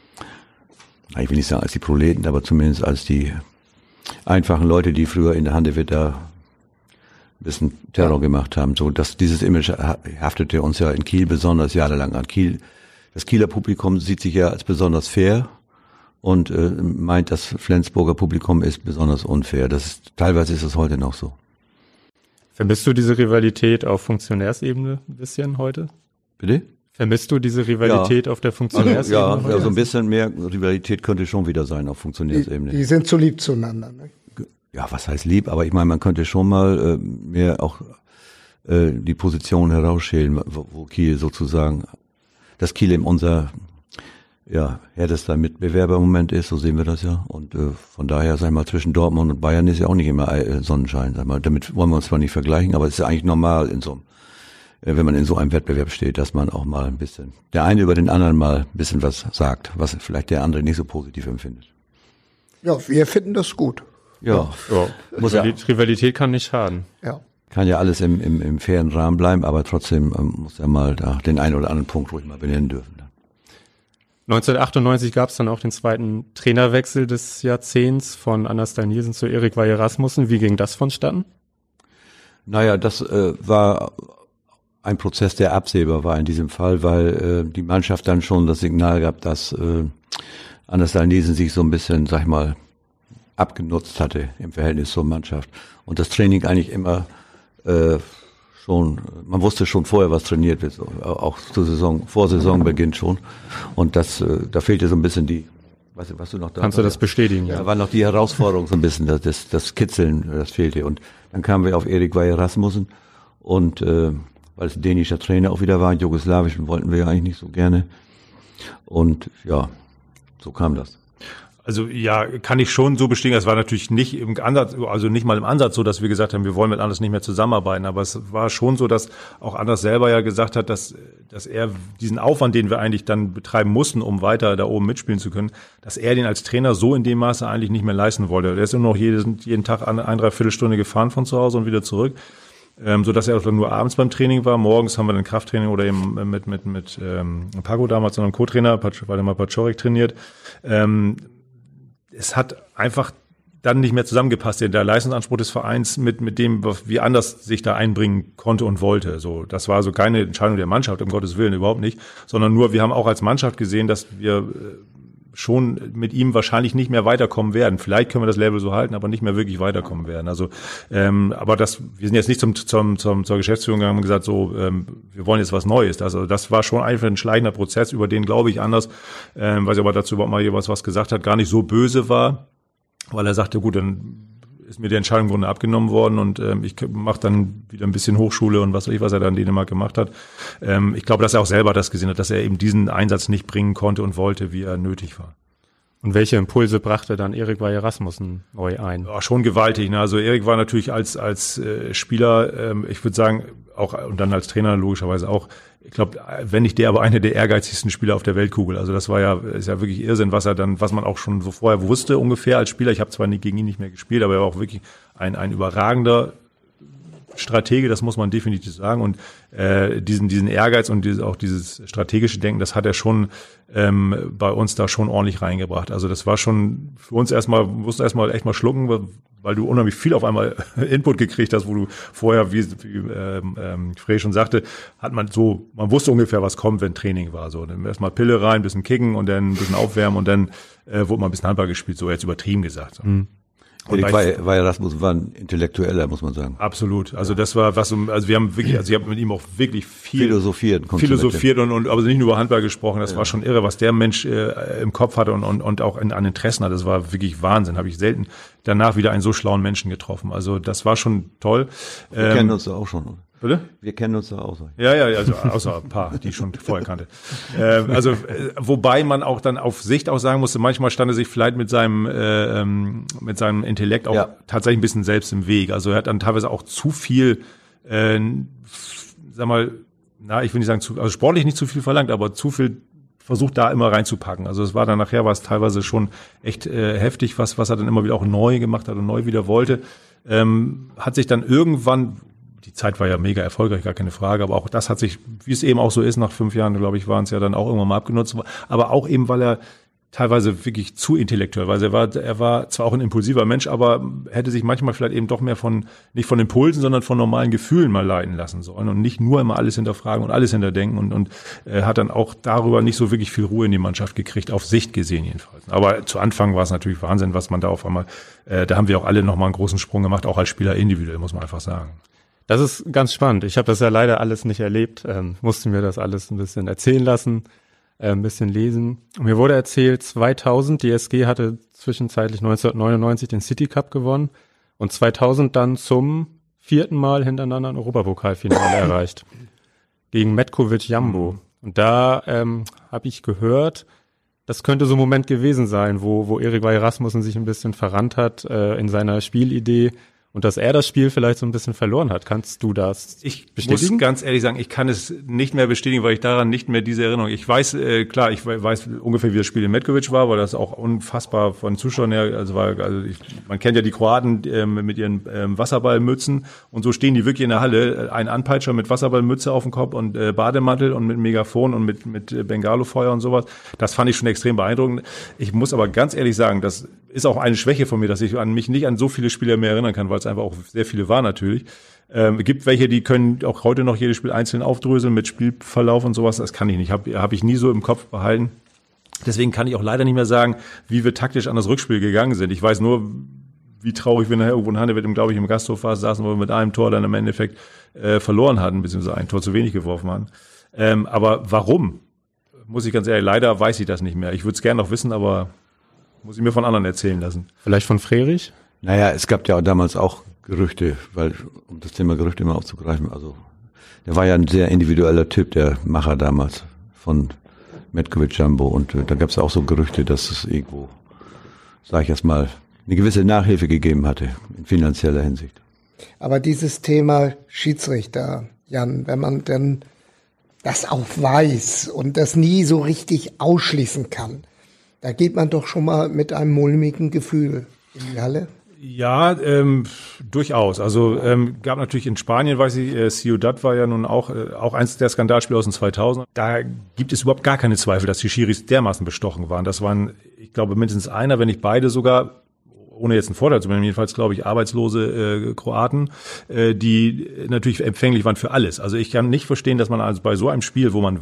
will nicht sagen als die Proleten, aber zumindest als die einfachen Leute, die früher in der Handewitt da ein bisschen Terror gemacht haben. So, dieses Image haftete uns ja in Kiel besonders jahrelang an. Das Kieler Publikum sieht sich ja als besonders fair und meint, das Flensburger Publikum ist besonders unfair. Teilweise ist es heute noch so. Vermisst du diese Rivalität auf Funktionärsebene ein bisschen heute? Bitte? Vermisst du diese Rivalität auf der Funktionärsebene? Ja, so ein bisschen mehr Rivalität könnte schon wieder sein auf Funktionärsebene. Die sind so lieb zueinander, ne? Ja, was heißt lieb? Aber ich meine, man könnte schon mal mehr auch die Position herausschälen, wo Kiel sozusagen, dass Kiel eben unser härtester Mitbewerber im Moment ist, so sehen wir das ja. Und von daher, sag ich mal, zwischen Dortmund und Bayern ist ja auch nicht immer Sonnenschein, sag mal. Damit wollen wir uns zwar nicht vergleichen, aber es ist ja eigentlich normal wenn man in so einem Wettbewerb steht, dass man auch mal ein bisschen, der eine über den anderen mal ein bisschen was sagt, was vielleicht der andere nicht so positiv empfindet. Ja, wir finden das gut. Ja. Rivalität kann nicht schaden. Ja. Kann ja alles im fairen Rahmen bleiben, aber trotzdem muss ja mal da den einen oder anderen Punkt ruhig mal benennen dürfen. 1998 gab es dann auch den zweiten Trainerwechsel des Jahrzehnts von Anders Dahl-Nielsen zu Erik Weihe Rasmussen. Wie ging das vonstatten? Naja, das war ein Prozess, der absehbar war in diesem Fall, weil die Mannschaft dann schon das Signal gab, dass Anders Dahl-Nielsen sich so ein bisschen, sag ich mal, abgenutzt hatte im Verhältnis zur Mannschaft. Und das Training eigentlich immer man wusste schon vorher, was trainiert wird, auch vor Saisonbeginn schon. Und da fehlte so ein bisschen was du noch da? Kannst du das bestätigen? Ja, war noch die Herausforderung so ein bisschen, das Kitzeln, das fehlte. Und dann kamen wir auf Erik Weihe Rasmussen und weil es ein dänischer Trainer auch wieder war, einen jugoslawischen wollten wir ja eigentlich nicht so gerne. Und ja, so kam das. Also ja, kann ich schon so bestätigen. Es war natürlich nicht im Ansatz, also nicht mal im Ansatz so, dass wir gesagt haben, wir wollen mit Anders nicht mehr zusammenarbeiten. Aber es war schon so, dass auch Anders selber ja gesagt hat, dass er diesen Aufwand, den wir eigentlich dann betreiben mussten, um weiter da oben mitspielen zu können, dass er den als Trainer so in dem Maße eigentlich nicht mehr leisten wollte. Der ist nur noch jeden Tag 1-3 Stunde gefahren von zu Hause und wieder zurück. So dass er auch nur abends beim Training war. Morgens haben wir dann Krafttraining oder eben mit Paco damals, sondern Co-Trainer, Waldemar Paczorek trainiert. Es hat einfach dann nicht mehr zusammengepasst, der Leistungsanspruch des Vereins mit dem, wie anders sich da einbringen konnte und wollte. So, das war so keine Entscheidung der Mannschaft, um Gottes Willen, überhaupt nicht, sondern nur, wir haben auch als Mannschaft gesehen, dass wir schon mit ihm wahrscheinlich nicht mehr weiterkommen werden. Vielleicht können wir das Level so halten, aber nicht mehr wirklich weiterkommen werden. Also, aber wir sind jetzt nicht zur Geschäftsführung gegangen und gesagt, so, wir wollen jetzt was Neues. Also, das war schon einfach ein schleichender Prozess, über den, glaube ich, Anders, weil sie aber dazu überhaupt mal jeweils was gesagt hat, gar nicht so böse war, weil er sagte, gut, dann ist mir die Entscheidung im Grunde abgenommen worden und ich mache dann wieder ein bisschen Hochschule und was weiß ich, was er da in Dänemark gemacht hat. Ich glaube, dass er auch selber das gesehen hat, dass er eben diesen Einsatz nicht bringen konnte und wollte, wie er nötig war. Und welche Impulse brachte dann Erik Weihe Rasmussen neu ein? Ja, schon gewaltig. Ne? Also Erik war natürlich als Spieler, ich würde sagen, auch und dann als Trainer logischerweise auch, ich glaube, wenn nicht der, aber einer der ehrgeizigsten Spieler auf der Weltkugel. Also das ist ja wirklich Irrsinn, was man auch schon so vorher wusste ungefähr als Spieler. Ich habe zwar gegen ihn nicht mehr gespielt, aber er war auch wirklich ein überragender Stratege, das muss man definitiv sagen. Und diesen Ehrgeiz und auch dieses strategische Denken, das hat er schon bei uns da schon ordentlich reingebracht. Also das war schon für uns mussten erstmal echt mal schlucken, weil du unheimlich viel auf einmal Input gekriegt hast, wo du vorher, wie Frey schon sagte, man wusste ungefähr, was kommt, wenn Training war. So, dann erstmal Pille rein, ein bisschen kicken und dann ein bisschen aufwärmen und dann wurde mal ein bisschen Handball gespielt, so jetzt übertrieben gesagt. So. Mhm. Erik Weihe Rasmussen war ein Intellektueller, muss man sagen. Absolut. Also das war wir haben wirklich, ich habe mit ihm auch wirklich viel philosophiert und aber nicht nur über Handball gesprochen. Das war schon irre, was der Mensch im Kopf hatte und auch an Interessen hatte. Das war wirklich Wahnsinn. Habe ich selten danach wieder einen so schlauen Menschen getroffen. Also das war schon toll. Wir kennen uns da auch schon, oder? Bitte? Wir kennen uns da auch so. Ja, also außer ein paar, die ich schon vorher kannte. Wobei man auch dann auf Sicht auch sagen musste, manchmal stand er sich vielleicht mit seinem Intellekt auch tatsächlich ein bisschen selbst im Weg. Also er hat dann teilweise auch zu viel, ich will nicht sagen, also sportlich nicht zu viel verlangt, aber zu viel versucht da immer reinzupacken. Also es war dann nachher, war es teilweise schon echt heftig, was er dann immer wieder auch neu gemacht hat und neu wieder wollte. Hat sich dann irgendwann, die Zeit war ja mega erfolgreich, gar keine Frage, aber auch das hat sich, wie es eben auch so ist, nach 5 Jahren, glaube ich, waren es ja dann auch irgendwann mal abgenutzt, aber auch eben, weil er teilweise wirklich zu intellektuell war. Also er war zwar auch ein impulsiver Mensch, aber hätte sich manchmal vielleicht eben doch mehr nicht von Impulsen, sondern von normalen Gefühlen mal leiten lassen sollen und nicht nur immer alles hinterfragen und alles hinterdenken und hat dann auch darüber nicht so wirklich viel Ruhe in die Mannschaft gekriegt, auf Sicht gesehen jedenfalls. Aber zu Anfang war es natürlich Wahnsinn, was man da auf einmal, da haben wir auch alle nochmal einen großen Sprung gemacht, auch als Spieler individuell, muss man einfach sagen. Das ist ganz spannend. Ich habe das ja leider alles nicht erlebt, musste mir das alles ein bisschen erzählen lassen, ein bisschen lesen. Und mir wurde erzählt, 2000, die SG hatte zwischenzeitlich 1999 den City Cup gewonnen und 2000 dann zum 4. Mal hintereinander ein Europapokalfinale erreicht. Gegen Metkovic Jambo. Und da habe ich gehört, das könnte so ein Moment gewesen sein, wo Erik Weihe Rasmussen sich ein bisschen verrannt hat in seiner Spielidee. Und dass er das Spiel vielleicht so ein bisschen verloren hat. Kannst du das bestätigen? Ich muss ganz ehrlich sagen, ich kann es nicht mehr bestätigen, weil ich daran nicht mehr diese Erinnerung. Ich weiß, klar, ich weiß ungefähr, wie das Spiel in Metkovic war, weil das auch unfassbar von Zuschauern her, man kennt ja die Kroaten mit ihren Wasserballmützen und so stehen die wirklich in der Halle. Ein Anpeitscher mit Wasserballmütze auf dem Kopf und Bademantel und mit Megafon und mit Bengalofeuer und sowas. Das fand ich schon extrem beeindruckend. Ich muss aber ganz ehrlich sagen, das ist auch eine Schwäche von mir, dass ich mich nicht an so viele Spieler mehr erinnern kann, weil es einfach auch sehr viele waren natürlich. Gibt welche, die können auch heute noch jedes Spiel einzeln aufdröseln mit Spielverlauf und sowas. Das kann ich nicht. Hab ich nie so im Kopf behalten. Deswegen kann ich auch leider nicht mehr sagen, wie wir taktisch an das Rückspiel gegangen sind. Ich weiß nur, wie traurig wir nachher irgendwo in Handewitt, glaube ich, im Gasthof saßen, wo wir mit einem Tor dann im Endeffekt verloren hatten, beziehungsweise ein Tor zu wenig geworfen haben. Aber warum? Muss ich ganz ehrlich, leider weiß ich das nicht mehr. Ich würde es gerne noch wissen, aber muss ich mir von anderen erzählen lassen. Vielleicht von Frerich? Naja, es gab ja damals auch Gerüchte, weil, um das Thema Gerüchte mal aufzugreifen, also der war ja ein sehr individueller Typ, der Macher damals von Metkovic Jambo und da gab es auch so Gerüchte, dass es irgendwo, sage ich erst mal, eine gewisse Nachhilfe gegeben hatte in finanzieller Hinsicht. Aber dieses Thema Schiedsrichter, Jan, wenn man denn das auch weiß und das nie so richtig ausschließen kann, da geht man doch schon mal mit einem mulmigen Gefühl in die Halle. Ja, durchaus. Also gab natürlich in Spanien, weiß ich, Ciudad war ja nun auch eins der Skandalspiele aus den 2000. Da gibt es überhaupt gar keine Zweifel, dass die Schiris dermaßen bestochen waren. Das waren, ich glaube, mindestens einer, wenn nicht beide sogar, ohne jetzt einen Vorteil zu nehmen, jedenfalls glaube ich, arbeitslose Kroaten, die natürlich empfänglich waren für alles. Also ich kann nicht verstehen, dass man also bei so einem Spiel, wo man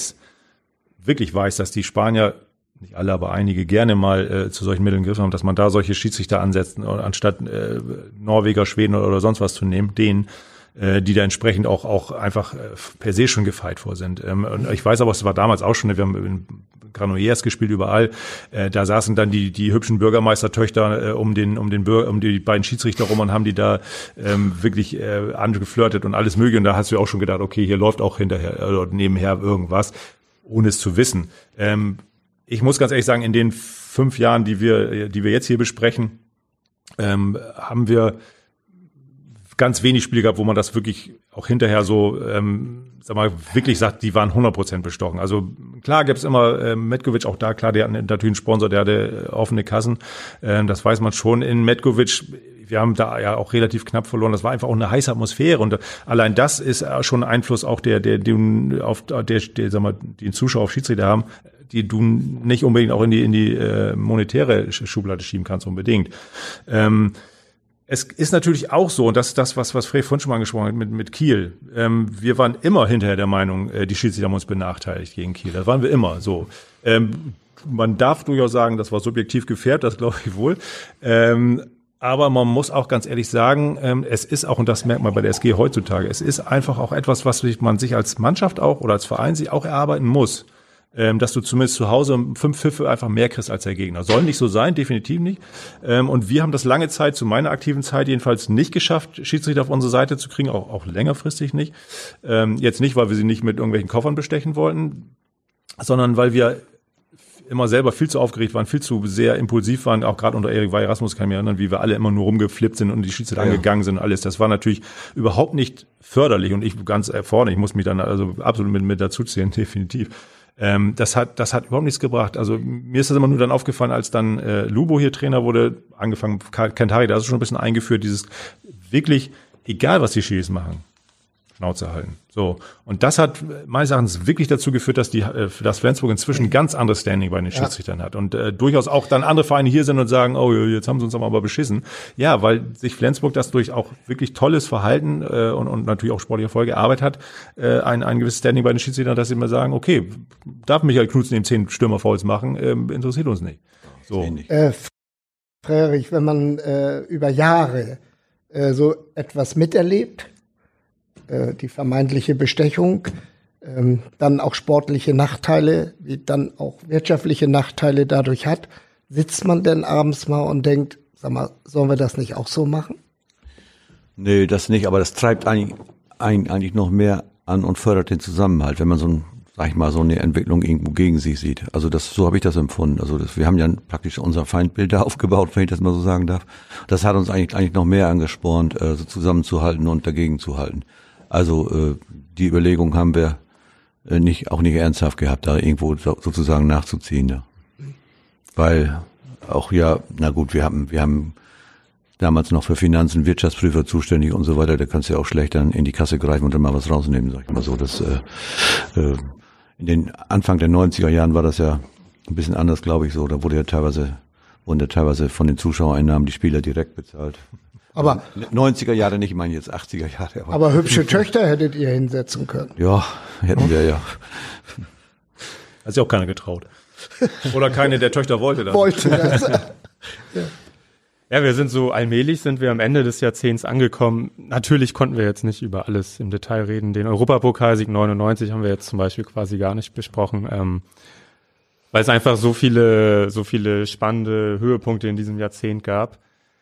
wirklich weiß, dass die Spanier, nicht alle, aber einige gerne mal zu solchen Mitteln gegriffen haben, dass man da solche Schiedsrichter ansetzt, anstatt Norweger, Schweden oder sonst was zu nehmen, denen, die da entsprechend auch einfach per se schon gefeit vor sind. Und ich weiß aber, es war damals auch schon, wir haben in Granollers gespielt überall, da saßen dann die hübschen Bürgermeistertöchter um die beiden Schiedsrichter rum und haben die da wirklich angeflirtet und alles mögliche. Und da hast du auch schon gedacht, okay, hier läuft auch hinterher oder nebenher irgendwas, ohne es zu wissen. ich muss ganz ehrlich sagen, in den 5 Jahren, die wir jetzt hier besprechen, haben wir ganz wenig Spiele gehabt, wo man das wirklich auch hinterher so, wirklich sagt, die waren 100% bestochen. Also klar gibt's immer Metkovic, auch da klar, der hat natürlich einen Sponsor, der hatte offene Kassen. Das weiß man schon. In Metkovic, wir haben da ja auch relativ knapp verloren. Das war einfach auch eine heiße Atmosphäre und allein das ist schon ein Einfluss auch den Zuschauer auf Schiedsrichter haben, die du nicht unbedingt auch in die monetäre Schublade schieben kannst unbedingt. Es ist natürlich auch so, und das ist das, was Fred vorhin schon mal angesprochen hat mit Kiel. Wir waren immer hinterher der Meinung, die Schiedsrichter haben uns benachteiligt gegen Kiel. Das waren wir immer so. Man darf durchaus sagen, das war subjektiv gefärbt, das glaube ich wohl. Aber man muss auch ganz ehrlich sagen, es ist auch, und das merkt man bei der SG heutzutage, es ist einfach auch etwas, was man sich als Mannschaft auch oder als Verein sich auch erarbeiten muss. Dass du zumindest zu Hause 5 Pfiffe einfach mehr kriegst als der Gegner. Soll nicht so sein, definitiv nicht. Und wir haben das lange Zeit, zu meiner aktiven Zeit jedenfalls, nicht geschafft, Schiedsrichter auf unsere Seite zu kriegen, auch längerfristig nicht. Jetzt nicht, weil wir sie nicht mit irgendwelchen Koffern bestechen wollten, sondern weil wir immer selber viel zu aufgeregt waren, viel zu sehr impulsiv waren, auch gerade unter Erik Weyer Rasmus kann ich mich erinnern, wie wir alle immer nur rumgeflippt sind und die Schiedsrichter angegangen sind und alles. Das war natürlich überhaupt nicht förderlich und ich ganz vorne, ich muss mich dann also absolut mit dazu zählen, definitiv. Das hat überhaupt nichts gebracht. Also mir ist das immer nur dann aufgefallen, als dann Lubo hier Trainer wurde, angefangen, Kantari, da ist schon ein bisschen eingeführt, dieses wirklich, egal was die Schiris machen, Schnauze halten. So. Und das hat meines Erachtens wirklich dazu geführt, dass dass Flensburg inzwischen ein ganz anderes Standing bei den Schiedsrichtern hat. Und durchaus auch dann andere Vereine hier sind und sagen, oh, jetzt haben sie uns aber beschissen. Ja, weil sich Flensburg das durch auch wirklich tolles Verhalten und natürlich auch sportliche Erfolge erarbeitet hat, ein gewisses Standing bei den Schiedsrichtern, dass sie immer sagen, okay, darf Michael Knutzen eben 10 Stürmerfouls machen, interessiert uns nicht. So. Frerich, wenn man über Jahre so etwas miterlebt, die vermeintliche Bestechung, dann auch sportliche Nachteile, wie dann auch wirtschaftliche Nachteile dadurch hat, sitzt man denn abends mal und denkt, sag mal, sollen wir das nicht auch so machen? Nee, das nicht, aber das treibt eigentlich noch mehr an und fördert den Zusammenhalt, wenn man so eine Entwicklung irgendwo gegen sich sieht. Also so habe ich das empfunden. Also wir haben ja praktisch unser Feindbild da aufgebaut, wenn ich das mal so sagen darf. Das hat uns eigentlich noch mehr angespornt, so zusammenzuhalten und dagegen zu halten. Also die Überlegung haben wir auch nicht ernsthaft gehabt, da irgendwo sozusagen nachzuziehen. Ja. Weil auch na gut, wir haben damals noch für Finanzen Wirtschaftsprüfer zuständig und so weiter. Da kannst du ja auch schlecht dann in die Kasse greifen und dann mal was rausnehmen, sag ich mal so. Das in den Anfang der 90er Jahren war das ja ein bisschen anders, glaube ich so. Da wurden ja teilweise von den Zuschauereinnahmen die Spieler direkt bezahlt. Aber 90er Jahre nicht, ich meine jetzt 80er Jahre. Aber hübsche Töchter hättet ihr hinsetzen können. Ja, hätten wir ja. Hat sich auch keiner getraut. Oder keine der Töchter wollte das. Wollte das. Ja, allmählich sind wir am Ende des Jahrzehnts angekommen. Natürlich konnten wir jetzt nicht über alles im Detail reden. Den Europapokalsieg 99 haben wir jetzt zum Beispiel quasi gar nicht besprochen, weil es einfach so viele spannende Höhepunkte in diesem Jahrzehnt gab.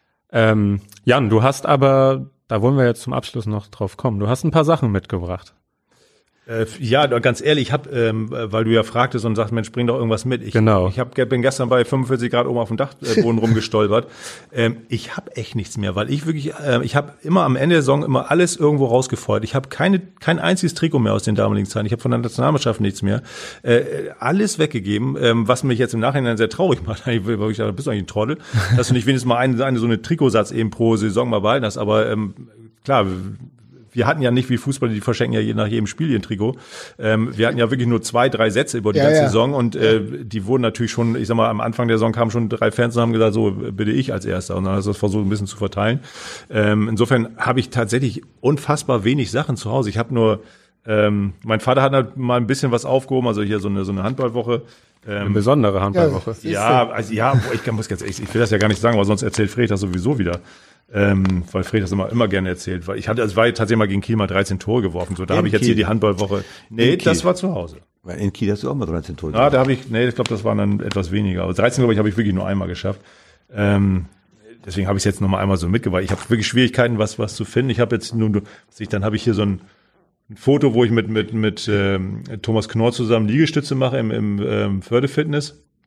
Jan, du hast aber, da wollen wir jetzt zum Abschluss noch drauf kommen, du hast ein paar Sachen mitgebracht. Ja, ganz ehrlich, ich weil du ja fragtest und sagst, Mensch, bring doch irgendwas mit. Ich bin gestern bei 45 Grad oben auf dem Dachboden rumgestolpert. Ich habe echt nichts mehr, weil ich habe immer am Ende der Saison immer alles irgendwo rausgefeuert. Ich habe kein einziges Trikot mehr aus den damaligen Zeiten. Ich habe von der Nationalmannschaft nichts mehr. Alles weggegeben, was mich jetzt im Nachhinein sehr traurig macht. Weil ich dachte, bist du eigentlich ein Trottel, dass du nicht wenigstens mal so eine Trikotsatz eben pro Saison mal behalten hast. Aber klar, wir hatten ja nicht wie Fußballer, die verschenken ja nach jedem Spiel ihren Trikot. Wir hatten ja wirklich nur 2-3 Sätze über die ganze Saison und die wurden natürlich schon, ich sag mal, am Anfang der Saison kamen schon 3 Fans und haben gesagt, so bitte ich als Erster. Und dann hast du das versucht, ein bisschen zu verteilen. Insofern habe ich tatsächlich unfassbar wenig Sachen zu Hause. Ich habe nur, mein Vater hat halt mal ein bisschen was aufgehoben, also hier so eine Handballwoche. Eine besondere Handballwoche. Ich muss ganz ehrlich, ich will das ja gar nicht sagen, weil sonst erzählt Fred das sowieso wieder. Weil Fred das immer gerne erzählt. Weil war tatsächlich mal gegen Kiel mal 13 Tore geworfen. So, da habe ich jetzt hier die Handballwoche. Nee, das war zu Hause. In Kiel hast du auch mal 13 Tore geworfen. Ich glaube, das waren dann etwas weniger. Aber 13, glaube ich, habe ich wirklich nur einmal geschafft. Deswegen habe ich es jetzt nochmal einmal so mitgebracht. Ich habe wirklich Schwierigkeiten, was zu finden. Ich habe jetzt dann habe ich hier so ein Foto, wo ich mit Thomas Knorr zusammen Liegestütze mache im Förde Fitness.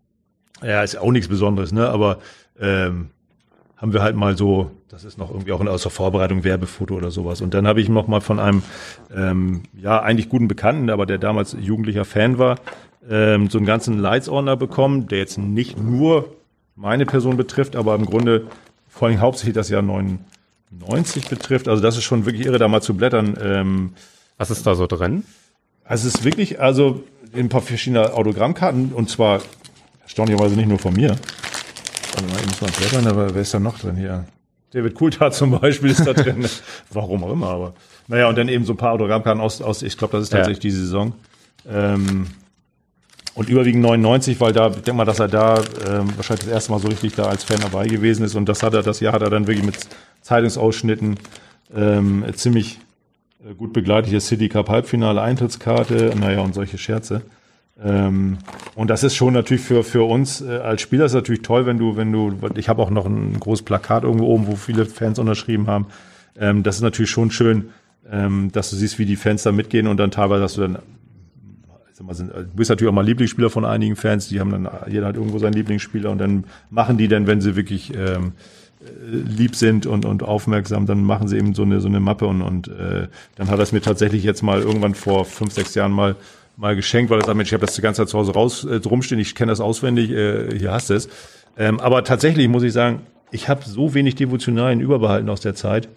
Ja, ist auch nichts Besonderes, ne? Aber haben wir halt mal so, das ist noch irgendwie auch aus der Vorbereitung Werbefoto oder sowas. Und dann habe ich noch mal von einem eigentlich guten Bekannten, aber der damals jugendlicher Fan war, so einen ganzen Leitsordner bekommen, der jetzt nicht nur meine Person betrifft, aber im Grunde vor allem hauptsächlich das Jahr 99 betrifft. Also das ist schon wirklich irre, da mal zu blättern. Was ist da so drin? Also es ist wirklich, ein paar verschiedene Autogrammkarten und zwar erstaunlicherweise nicht nur von mir. Warte mal, ich muss mal blättern, aber wer ist da noch drin hier? David Coulthard zum Beispiel ist da drin. Warum auch immer, aber. Naja, und dann eben so ein paar Autogrammkarten aus ich glaube, das ist tatsächlich diese Saison. Und überwiegend 99, weil da, ich denke mal, dass er da wahrscheinlich das erste Mal so richtig da als Fan dabei gewesen ist. Und das Jahr hat er dann wirklich mit Zeitungsausschnitten ziemlich gut begleitet. Hier City Cup Halbfinale, Eintrittskarte, naja, und solche Scherze. Und das ist schon natürlich für uns als Spieler ist natürlich toll, wenn du, ich habe auch noch ein großes Plakat irgendwo oben, wo viele Fans unterschrieben haben. Das ist natürlich schon schön, dass du siehst, wie die Fans da mitgehen und dann teilweise hast du dann, du bist natürlich auch mal Lieblingsspieler von einigen Fans, die haben dann, jeder hat irgendwo seinen Lieblingsspieler und dann machen die dann, wenn sie wirklich lieb sind und aufmerksam, dann machen sie eben so eine Mappe und dann hat er es mir tatsächlich jetzt mal irgendwann vor 5-6 Jahren mal geschenkt, weil er sagt, Mensch, ich habe das die ganze Zeit zu Hause rumstehen, ich kenne das auswendig, hier hast du es. Aber tatsächlich muss ich sagen, ich habe so wenig Devotionalien überbehalten aus der Zeit.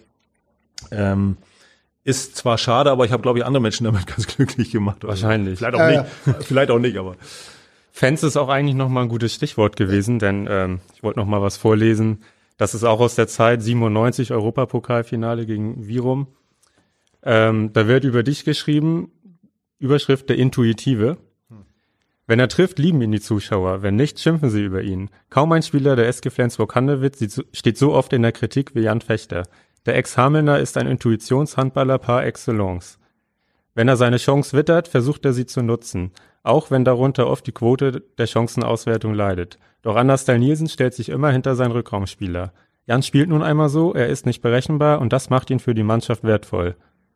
Ist zwar schade, aber ich habe, glaube ich, andere Menschen damit ganz glücklich gemacht. Wahrscheinlich. Vielleicht auch nicht, aber. Fans ist auch eigentlich nochmal ein gutes Stichwort gewesen, denn ich wollte nochmal was vorlesen. Das ist auch aus der Zeit 97 Europapokalfinale gegen Virum. Da wird über dich geschrieben, Überschrift der Intuitive. Wenn er trifft, lieben ihn die Zuschauer. Wenn nicht, schimpfen sie über ihn. Kaum ein Spieler der SG Flensburg-Handewitt steht so oft in der Kritik wie Jan Fechter. Der Ex-Hamelner ist ein Intuitionshandballer par excellence. Wenn er seine Chance wittert, versucht er sie zu nutzen. Auch wenn darunter oft die Quote der Chancenauswertung leidet. Doch Anders-Style Nielsen stellt sich immer hinter seinen Rückraumspieler. Jan spielt nun einmal so, er ist nicht berechenbar und das macht ihn für die Mannschaft wertvoll.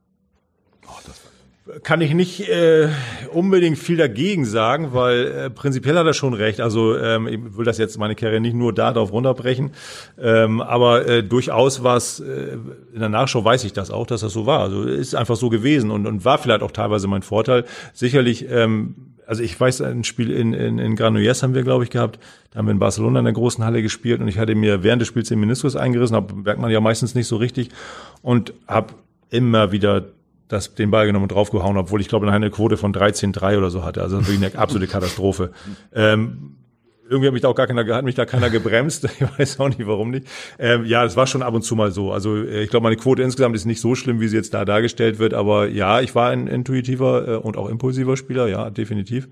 Kann ich nicht unbedingt viel dagegen sagen, weil prinzipiell hat er schon recht. Also ich will das jetzt meine Karriere nicht nur darauf runterbrechen, aber durchaus war es, in der Nachschau weiß ich das auch, dass das so war. Also ist einfach so gewesen und war vielleicht auch teilweise mein Vorteil. Sicherlich, also ich weiß, ein Spiel in Granollers haben wir, glaube ich, gehabt. Da haben wir in Barcelona in der großen Halle gespielt und ich hatte mir während des Spiels den Meniskus eingerissen, merkt man ja meistens nicht so richtig und habe immer wieder den Ball genommen und draufgehauen, obwohl ich glaube, eine Quote von 13,3 oder so hatte. Also wirklich eine absolute Katastrophe. Irgendwie hat mich da keiner gebremst. Ich weiß auch nicht, warum nicht. Ja, es war schon ab und zu mal so. Also ich glaube, meine Quote insgesamt ist nicht so schlimm, wie sie jetzt da dargestellt wird. Aber ja, ich war ein intuitiver und auch impulsiver Spieler. Ja, definitiv.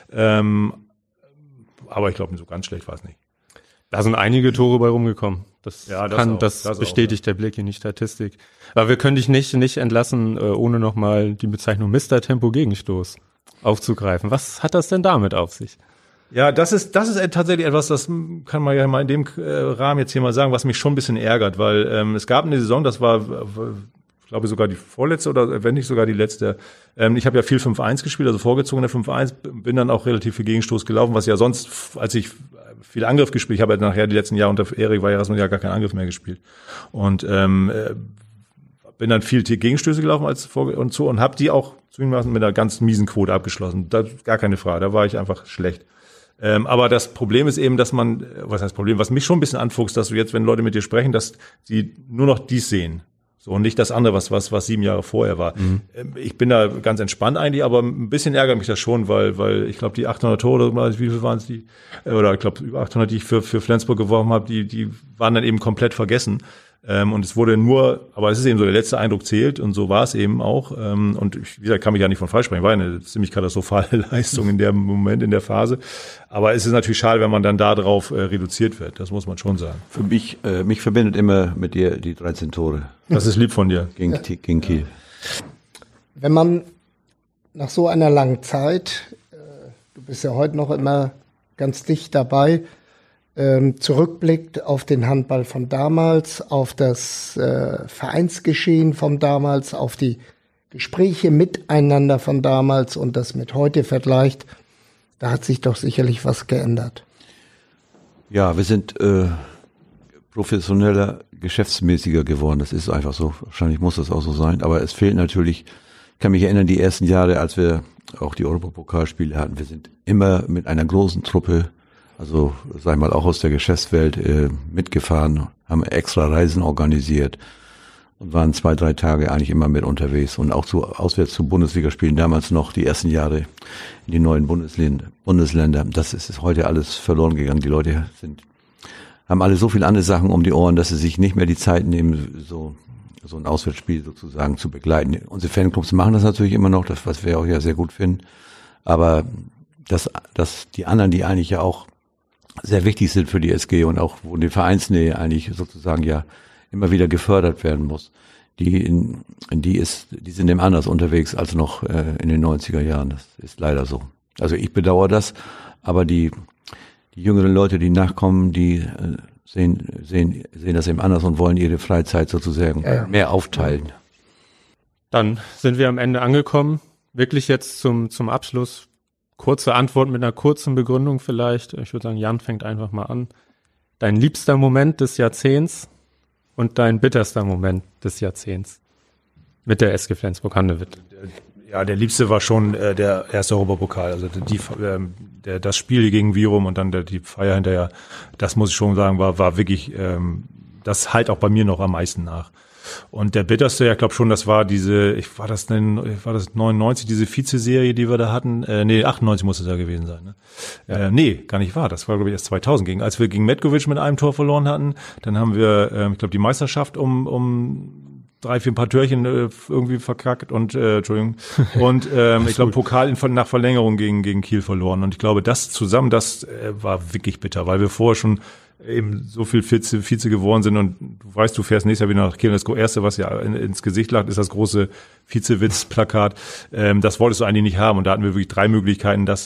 Aber ich glaube, so ganz schlecht war es nicht. Da sind einige Tore bei rumgekommen. Das bestätigt der Blick in die Statistik. Aber wir können dich nicht entlassen, ohne nochmal die Bezeichnung Mr. Tempo Gegenstoß aufzugreifen. Was hat das denn damit auf sich? Ja, das ist tatsächlich etwas, das kann man ja mal in dem Rahmen jetzt hier mal sagen, was mich schon ein bisschen ärgert, weil es gab eine Saison, das war, ich glaube sogar die vorletzte oder wenn nicht sogar die letzte. Ich habe ja viel 5-1 gespielt, also vorgezogene 5-1, bin dann auch relativ viel Gegenstoß gelaufen, was ja sonst, als ich viel Angriff gespielt, ich habe ja nachher die letzten Jahre unter Erik Weierasmus ja gar keinen Angriff mehr gespielt und bin dann viel Gegenstöße gelaufen und habe die auch zugegebenermaßen mit einer ganz miesen Quote abgeschlossen. Das gar keine Frage, da war ich einfach schlecht. Aber das Problem ist eben, dass was mich schon ein bisschen anfuchst, dass du jetzt, wenn Leute mit dir sprechen, dass sie nur noch dies sehen. So, und nicht das andere, was 7 Jahre vorher war. Mhm. Ich bin da ganz entspannt eigentlich, aber ein bisschen ärgert mich das schon, weil ich glaube, die 800 Tore, wie viel waren es oder ich glaube, über 800, die ich für Flensburg geworfen habe, die waren dann eben komplett vergessen. Und es wurde aber es ist eben so, der letzte Eindruck zählt und so war es eben auch. Und wie gesagt, kann mich ja nicht von falsch sprechen, war eine ziemlich katastrophale Leistung in dem Moment, in der Phase. Aber es ist natürlich schade, wenn man dann darauf reduziert wird. Das muss man schon sagen. Für mich verbindet immer mit dir die 13 Tore. Das ist lieb von dir. Gegen Kiel. Wenn man nach so einer langen Zeit, du bist ja heute noch immer ganz dicht dabei, zurückblickt auf den Handball von damals, auf das Vereinsgeschehen von damals, auf die Gespräche miteinander von damals und das mit heute vergleicht, da hat sich doch sicherlich was geändert. Ja, wir sind professioneller, geschäftsmäßiger geworden. Das ist einfach so. Wahrscheinlich muss das auch so sein. Aber es fehlt natürlich, ich kann mich erinnern, die ersten Jahre, als wir auch die Europapokalspiele hatten, wir sind immer mit einer großen Truppe, also sag ich mal auch aus der Geschäftswelt, mitgefahren, haben extra Reisen organisiert und waren 2-3 Tage eigentlich immer mit unterwegs und auch auswärts zu Bundesligaspielen, damals noch die ersten Jahre in die neuen Bundesländer. Das ist heute alles verloren gegangen. Die Leute haben alle so viele andere Sachen um die Ohren, dass sie sich nicht mehr die Zeit nehmen, so ein Auswärtsspiel sozusagen zu begleiten. Unsere Fanclubs machen das natürlich immer noch, das, was wir auch ja sehr gut finden. Aber dass die anderen, die eigentlich ja auch sehr wichtig sind für die SG und auch wo die Vereinsnähe eigentlich sozusagen ja immer wieder gefördert werden muss, die sind eben anders unterwegs als noch in den 90er Jahren. Das ist leider so. Also ich bedauere das, aber die jüngeren Leute, die nachkommen, die sehen das eben anders und wollen ihre Freizeit sozusagen mehr aufteilen. Dann sind wir am Ende angekommen. Wirklich jetzt zum Abschluss. Kurze Antwort mit einer kurzen Begründung vielleicht. Ich würde sagen, Jan fängt einfach mal an. Dein liebster Moment des Jahrzehnts und dein bitterster Moment des Jahrzehnts mit der SG Flensburg-Handewitt. Ja, der liebste war schon der erste Europapokal. Also das Spiel gegen Virum und dann die Feier hinterher, das muss ich schon sagen, war wirklich, das halt auch bei mir noch am meisten nach. Und der bitterste, ja, ich glaube schon, das war war das 99, diese Vize-Serie, die wir da hatten? 98 muss es ja gewesen sein. Ne? Ja. Gar nicht wahr. Das war, glaube ich, erst 2000 als wir gegen Metkovic mit einem Tor verloren hatten. Dann haben wir, ich glaube, die Meisterschaft um 3-4 paar Türchen irgendwie verkackt und Entschuldigung. Und ich glaube, Pokal nach Verlängerung gegen Kiel verloren. Und ich glaube, das war wirklich bitter, weil wir vorher schon eben so viel Vize geworden sind und du weißt, du fährst nächstes Jahr wieder nach Kiel. Das erste, was ja ins Gesicht lacht, ist das große Vize-Witz-Plakat. Das wolltest du eigentlich nicht haben und da hatten wir wirklich 3 Möglichkeiten, das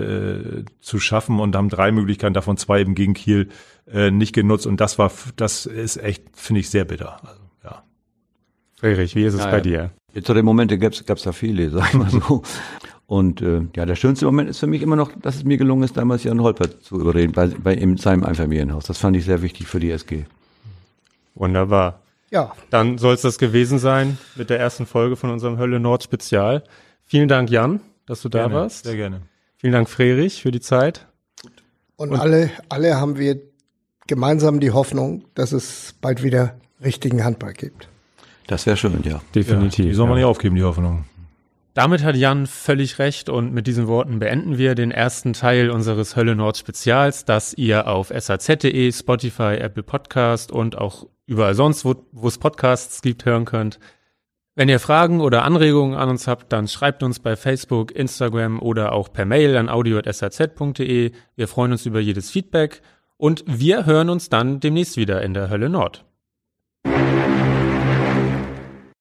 zu schaffen und haben 3 Möglichkeiten, davon 2 eben gegen Kiel nicht genutzt und das ist echt, finde ich, sehr bitter. Also, ja. Friedrich, wie ist es bei dir? Jetzt zu den Momenten gab's da viele, sag ich mal so. Und der schönste Moment ist für mich immer noch, dass es mir gelungen ist, damals Jan Holpert zu überreden, in seinem Einfamilienhaus. Das fand ich sehr wichtig für die SG. Wunderbar. Ja. Dann soll es das gewesen sein mit der ersten Folge von unserem Hölle Nord Spezial. Vielen Dank, Jan, dass du da warst. Sehr gerne. Vielen Dank, Friedrich, für die Zeit. Und alle haben wir gemeinsam die Hoffnung, dass es bald wieder richtigen Handball gibt. Das wäre schön, ja. Definitiv. Die soll man nicht aufgeben, die Hoffnung. Damit hat Jan völlig recht und mit diesen Worten beenden wir den ersten Teil unseres Hölle Nord Spezials, das ihr auf saz.de, Spotify, Apple Podcast und auch überall sonst, wo es Podcasts gibt, hören könnt. Wenn ihr Fragen oder Anregungen an uns habt, dann schreibt uns bei Facebook, Instagram oder auch per Mail an audio@saz.de. Wir freuen uns über jedes Feedback und wir hören uns dann demnächst wieder in der Hölle Nord.